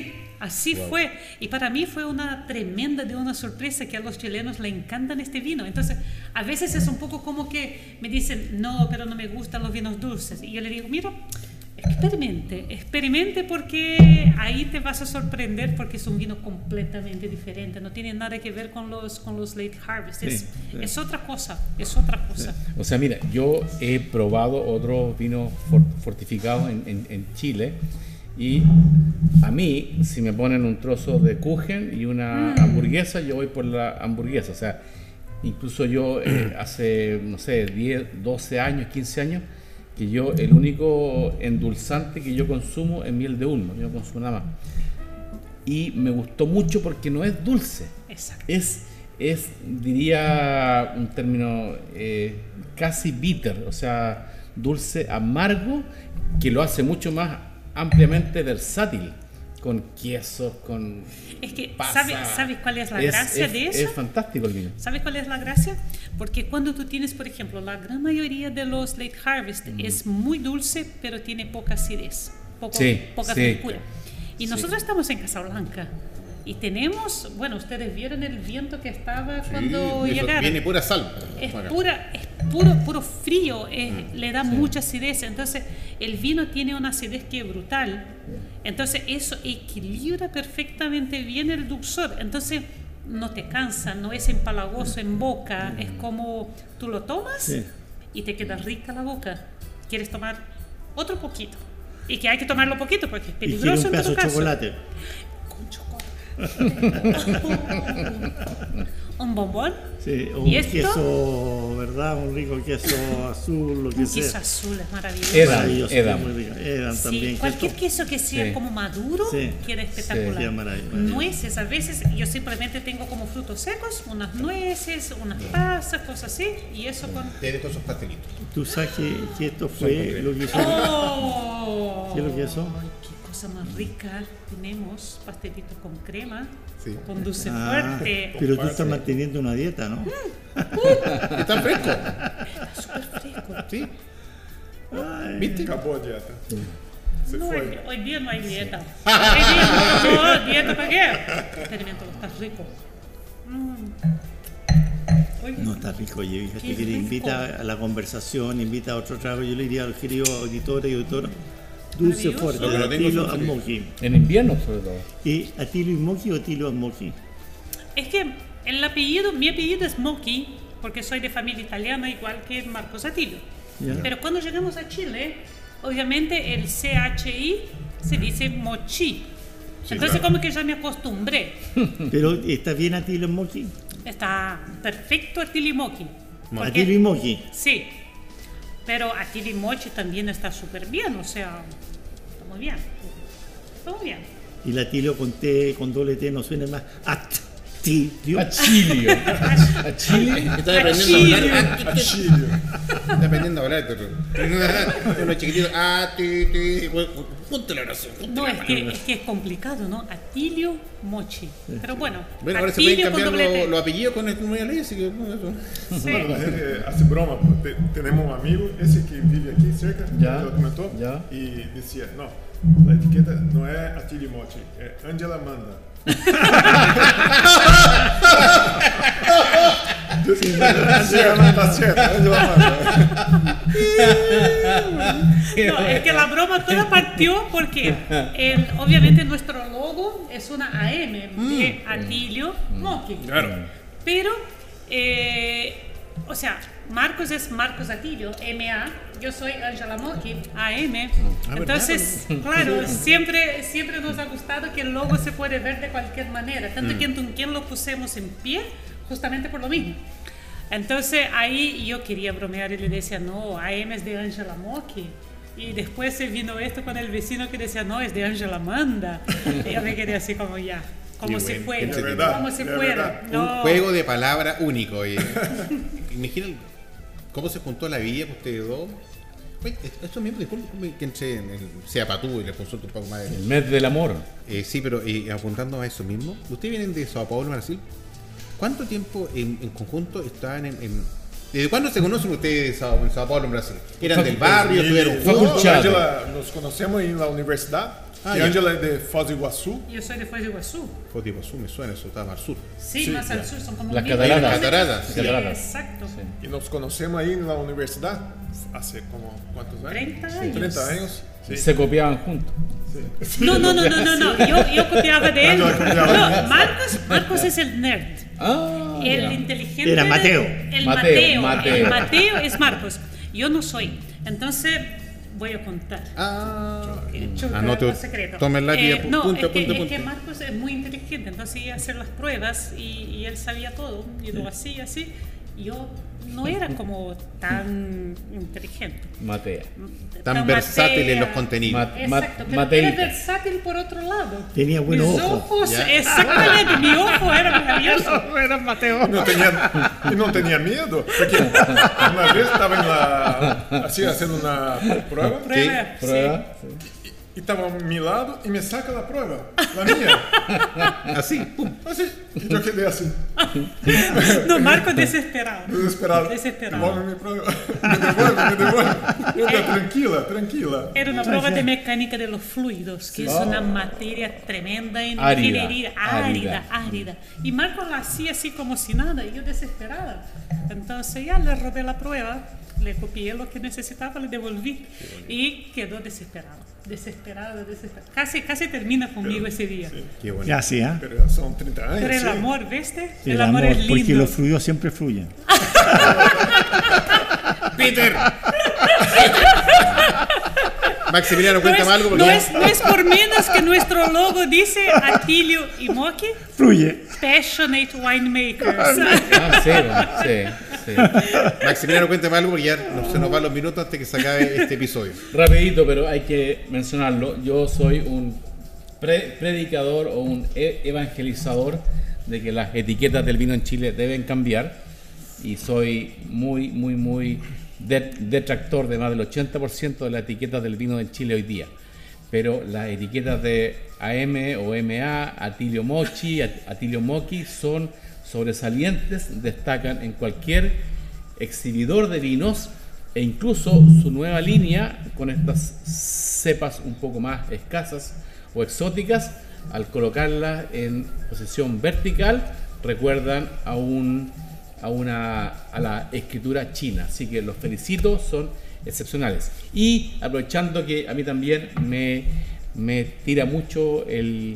Así fue. Y para mí fue una tremenda de una sorpresa que a los chilenos le encantan este vino. Entonces, a veces es un poco como que me dicen, no, pero no me gustan los vinos dulces. Y yo le digo, mira, experimente porque ahí te vas a sorprender porque es un vino completamente diferente. No tiene nada que ver con los late harvest. Es otra cosa, es otra cosa. O sea, mira, yo he probado otros vinos fortificados en Chile y a mí, si me ponen un trozo de Kuchen y una hamburguesa, yo voy por la hamburguesa. O sea, incluso yo hace, no sé, 10, 12 años, 15 años, que yo, el único endulzante que yo consumo es miel de ulmo, yo no consumo nada más. Y me gustó mucho porque no es dulce. Exacto. Es diría un término casi bitter, o sea, dulce amargo, que lo hace mucho más ampliamente versátil, con quesos, con Es que, pasa. ¿sabes cuál es la gracia de eso? Es fantástico el vino. ¿Sabes cuál es la gracia? Porque cuando tú tienes, por ejemplo, la gran mayoría de los late harvest es muy dulce, pero tiene poca acidez, poca frescura. Y nosotros estamos en Casablanca y tenemos, bueno, ustedes vieron el viento que estaba cuando llegaron. Viene pura sal. Es puro frío, le da mucha acidez. Entonces, el vino tiene una acidez que es brutal. Entonces, eso equilibra perfectamente bien el dulzor. Entonces, no te cansa, no es empalagoso en boca. Es como tú lo tomas y te queda rica la boca. Quieres tomar otro poquito. Y que hay que tomarlo poquito porque es peligroso en todo caso. Chocolate. Con chocolate. Un bombón. Sí, un queso, ¿verdad? Un rico queso azul, lo que sea. Queso azul es maravilloso. Edam. Muy rico. Edam Sí, también. cualquier queso que sea como maduro queda espectacular. queda maravilloso. Nueces, a veces yo simplemente tengo como frutos secos, unas nueces, unas pasas, cosas así, y eso con... Tiene todos esos pastelitos. ¿Tú sabes que esto fue lo que hizo? ¿Qué es lo que hizo? Qué cosa más rica tenemos, pastelitos con crema, con dulce Ah, fuerte. pero tú estás manteniendo una dieta, ¿no? Está fresco. Está súper fresco. Sí. Ay, ¿Viste? Acabó a dieta. Se No, foi. hoy día no hay dieta. Hoy día no, dieta para qué. Experimento, está rico. Oye, no, está rico. Oye, fíjate Qué que le rico. invita a la conversación, invita a otro trago. Yo le diría a los queridos auditores y auditoras, dulce Maravilloso. fuerte, Lo que no tengo Attilio son fríos. Ammoki. En invierno, sobre todo. ¿Y Attilio Immoki o Attilio Ammoki? es que el apellido, mi apellido es Mochi, porque soy de familia italiana, igual que Marcos Attilio. Ya. Pero cuando llegamos a Chile, obviamente el CHI se dice Mochi. Entonces como que ya me acostumbré. Pero ¿está bien Attilio Ammoki? Está perfecto Attilio Mochi. Porque- Attilio Immoki. Sí, pero Attilio Mochi también está súper bien, o sea, está muy bien. Está muy bien. Y la Attilio con T, con doble T, no suena más Attilio. Achilio. Achilio. Está aprendiendo a hablar. Está aprendiendo a hablar. Unos chiquititos. Junte la oración. No, es que es complicado, ¿no? Attilio Mochi. Pero bueno, Bueno, ahora se pueden Attilio con cambiar doble T. los apellidos con esta nueva ley, así que no, eso. Sí. La gente hace broma. Tenemos un amigo, ese que vive aquí cerca, Ya, que lo comentó, ya. y decía, no, la etiqueta no es Attilio Mochi, es Angela Manda. Está cierto, Angela Manda. No, es que la broma toda partió porque obviamente nuestro logo es una AM de Attilio Mochi. Claro. Pero, o sea, Marcos es Marcos Attilio, MA, yo soy Angela Mochi, AM. Entonces, claro, siempre nos ha gustado que el logo se puede ver de cualquier manera, tanto que en Tunquén lo pusimos en pie justamente por lo mismo. Entonces ahí yo quería bromear y le decía, no, AM es de Angela Mochi. Y después se vino esto con el vecino que decía, no, es de Angela Manda. Y yo me quedé así como ya, como Qué se bueno, puede, de verdad, como se de puede. verdad. No. Un juego de palabras único. Imaginen cómo se juntó la vida con ustedes dos. Oye, esto mismo, disculpe que entré en el sea patú y le consulto un poco más. El mes del amor. Sí, pero apuntando a eso mismo, ustedes vienen de Sao Paulo, Brasil. ¿Cuánto tiempo en conjunto estaban ¿Desde cuándo se conocen ustedes en Sao Paulo, en Brasil? ¿Eran del barrio? ¿Estuvieron Yo juntos? con Angela nos conocemos en la universidad. Y Ángela es de Foz do Iguazú. Yo soy de Foz do Iguazú. Foz do Iguazú me suena, eso estaba al sur. Sí, más al sur, son como Las 1000 cataratas. kilómetros. Sí, Sí, cataratas. exacto. Y nos conocemos ahí en la universidad hace como, ¿cuántos años? 30 años. 30 años. Sí. Se copiaban juntos. No. Yo copiaba de él. No, copiaba. No, Marcos es el nerd. El inteligente. Era Mateo. El Mateo. Mateo es Marcos. Yo no soy. Entonces, voy a contar. Anote, Un secreto. tome el lápiz y No, apunte, es que apunte. Marcos es muy inteligente. Entonces iba a hacer las pruebas y él sabía todo. Y lo hacía así. Yo no era como tan inteligente. Matea. Tan versátil en los contenidos. Exacto, pero Mateita. era versátil por otro lado. Tenía buenos Mis ojos. ojos, Ya. exactamente, mi ojo era maravilloso. Era Mateo. No tenía miedo, porque una vez estaba así haciendo una prueba Prueba, Prueba. y estaba a mi lado y me saca la prueba, la mía. Así, pum. Así, y yo quedé así, Sí. No, Marco desesperado. desesperado. Desesperado. Devuelve mi prueba, me devuelve. Yo decía, tranquila. Era una prueba de mecánica de los fluidos, que es una materia tremenda en Árida, ingeniería, árida. Y Marco lo hacía así como si nada, y yo desesperada. Entonces ya le robé la prueba, le copié lo que necesitaba, le devolví y quedó desesperado. Casi termina conmigo ese día. Qué bonito. Ya sí, ¿eh? Pero ya son 30 años. Pero el sí. amor, ¿viste? Sí, el amor es lindo. porque los fluidos siempre fluyen. Peter. Maximiliano, No cuéntame algo. Porque no es por menos que nuestro logo dice Atilio y Moki, Fluye. Passionate Winemakers. Sí. Maximiliano, cuéntame algo porque ya se nos van los minutos antes que se acabe este episodio. Rapidito, pero hay que mencionarlo. Yo soy un predicador o un evangelizador de que las etiquetas del vino en Chile deben cambiar. Y soy muy detractor de más del 80% de las etiquetas del vino en Chile hoy día. Pero las etiquetas de AM o MA, Atilio Mochi, Atilio Moki son sobresalientes, destacan en cualquier exhibidor de vinos e incluso su nueva línea con estas cepas un poco más escasas o exóticas, al colocarlas en posición vertical, recuerdan a la escritura china. Así que los felicito, son excepcionales. Y aprovechando que a mí también me tira mucho el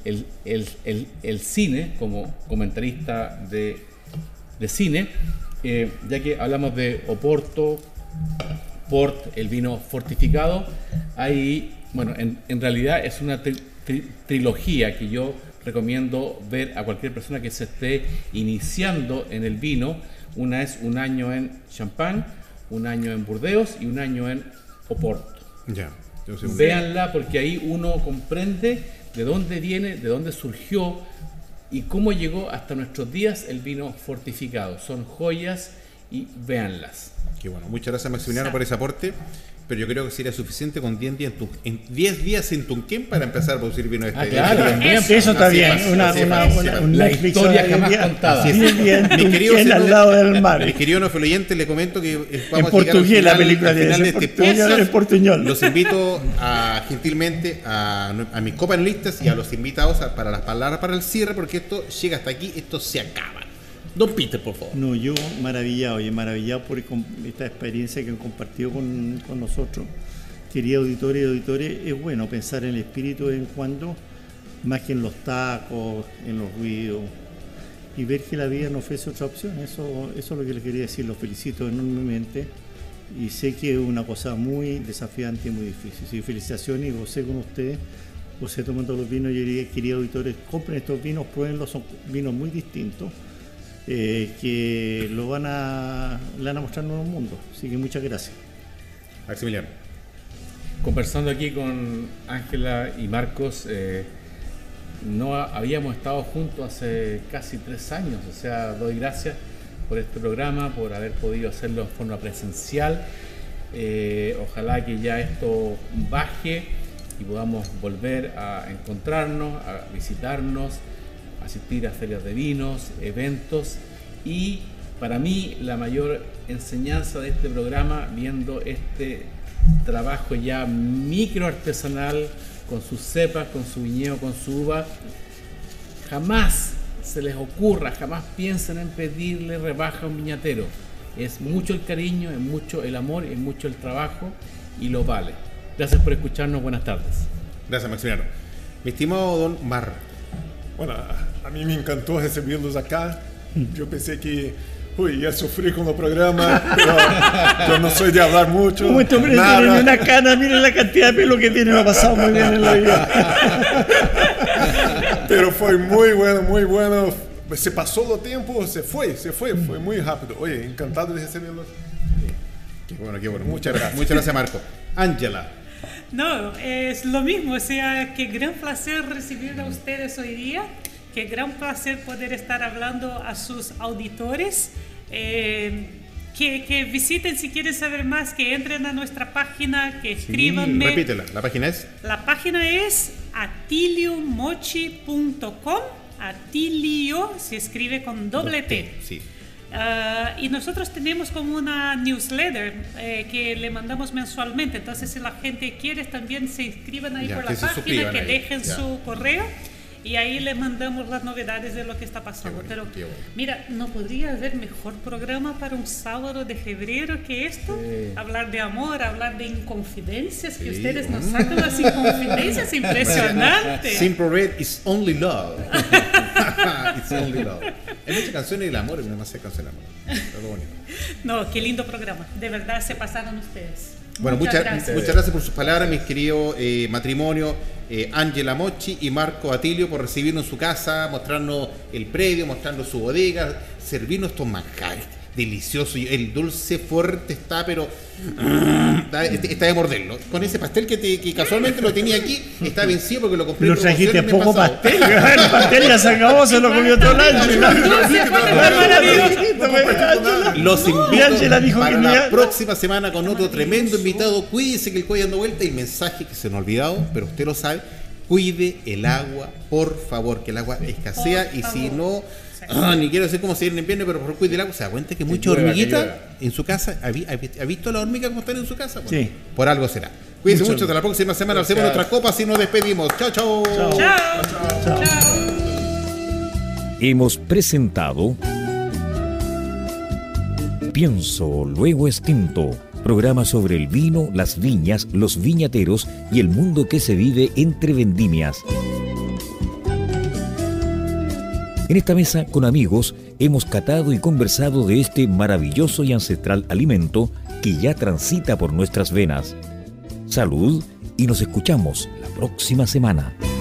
cine como comentarista de cine, ya que hablamos de Oporto, Port, el vino fortificado. Hay, bueno, en realidad es una trilogía que yo recomiendo ver a cualquier persona que se esté iniciando en el vino. Una es un año en Champagne, un año en Burdeos y un año en Oporto. Ya. Véanla porque ahí uno comprende de dónde viene, de dónde surgió y cómo llegó hasta nuestros días el vino fortificado. Son joyas y véanlas. Qué bueno. Muchas gracias, Maximiliano, por ese aporte. Pero yo creo que sería suficiente con 10 días en Tunquén para empezar a producir vino de este Claro, también. Eso está Así bien. pasa, Una La Netflix historia hoy en jamás día. contada. Así es bien. Mi querido Tunquén al señor- lado del mar. Mi querido no oyente, le comento que vamos En a llegar portugués al la final, película al tiene final de que ser este portugués, podcast. en portuñol. Los invito gentilmente a mis copanelistas y a los invitados para las palabras para el cierre, porque esto llega hasta aquí, esto se acaba. Don Peter, por favor. No, yo maravillado por esta experiencia que han compartido con nosotros. Queridos auditores y auditores, es bueno pensar en el espíritu de vez en cuando, más que en los tacos, en los ruidos, y ver que la vida nos ofrece otra opción. Eso es lo que les quería decir. Los felicito enormemente y sé que es una cosa muy desafiante y muy difícil. Sí, felicitaciones y gocé con ustedes, gocé tomando los vinos. Yo diría, queridos auditores, compren estos vinos, pruébenlos, son vinos muy distintos. Que le van a mostrar nuevos mundos. Así que muchas gracias. Maximiliano. Conversando aquí con Ángela y Marcos, no habíamos estado juntos hace casi 3 años, o sea, doy gracias por este programa, por haber podido hacerlo en forma presencial. Ojalá que ya esto baje y podamos volver a encontrarnos, a visitarnos, asistir a ferias de vinos, eventos. Y para mí la mayor enseñanza de este programa, viendo este trabajo ya micro artesanal con sus cepas, con su viñedo, con su uva, jamás se les ocurra, jamás piensen en pedirle rebaja a un viñatero. Es mucho el cariño, es mucho el amor, es mucho el trabajo y lo vale. Gracias por escucharnos, buenas tardes. Gracias, Maximiliano. Mi estimado don Mar. Bueno, a mí me encantó recibirlos acá. Yo pensé que ia sufrir con el programa, pero yo no soy de hablar mucho. Como este hombre no tiene una cana, miren la cantidad de pelo que tiene, lo ha pasado muy bien en la vida. Pero fue muy bueno. Se pasó el tiempo, se fue muy rápido. Oye, encantado de recibirlos. Qué bueno. Muchas gracias, Marco. Ángela. No, es lo mismo, o sea, qué gran placer recibir a ustedes hoy día, qué gran placer poder estar hablando a sus auditores, que visiten si quieren saber más, que entren a nuestra página, que escríbanme. Repítela, la página es. La página es atiliomochi.com, Atilio se escribe con doble T. Sí. Y nosotros tenemos como una newsletter que le mandamos mensualmente. Entonces, si la gente quiere, también se inscriban ahí por la página, que dejen su correo y ahí le mandamos las novedades de lo que está pasando. Pero mira, no podría haber mejor programa para un sábado de febrero que esto. Hablar de amor, hablar de inconfidencias, que ustedes nos sacan las inconfidencias, impresionante. Simple Red is only love. It's only love. Hay muchas canciones del amor y una más canción de amor. Todo bonito. No, qué lindo programa. De verdad se pasaron ustedes. Bueno, muchas gracias por sus palabras, mis queridos matrimonio, Ángela Mochi y Marco Atilio, por recibirnos en su casa, mostrarnos el predio, mostrarnos su bodega, servirnos estos manjares deliciosos. El dulce fuerte está, pero está de morderlo. Con ese pastel que casualmente lo tenía aquí, está vencido porque lo compré. Lo trajiste poco pastel, el pastel ya se acabó, se lo comió todo el año. Los invito para la próxima semana con otro tremendo invitado. Cuídese que el cuello dando vuelta. Y el mensaje que se me ha olvidado, pero usted lo sabe: cuide el agua, por favor, que el agua escasea. Y si no, ni quiero decir cómo se viene en invierno, pero por favor, cuide el agua. Se da cuenta que mucha hormiguita en su casa. ¿Ha visto la hormiga como están en su casa? Bueno, sí. Por algo será. Cuídense mucho. Hasta la próxima semana. Hacemos nuestras copas y nos despedimos. Chao. Hemos presentado Pienso, luego extinto. Programa sobre el vino, las viñas, los viñateros y el mundo que se vive entre vendimias. En esta mesa, con amigos, hemos catado y conversado de este maravilloso y ancestral alimento que ya transita por nuestras venas. Salud y nos escuchamos la próxima semana.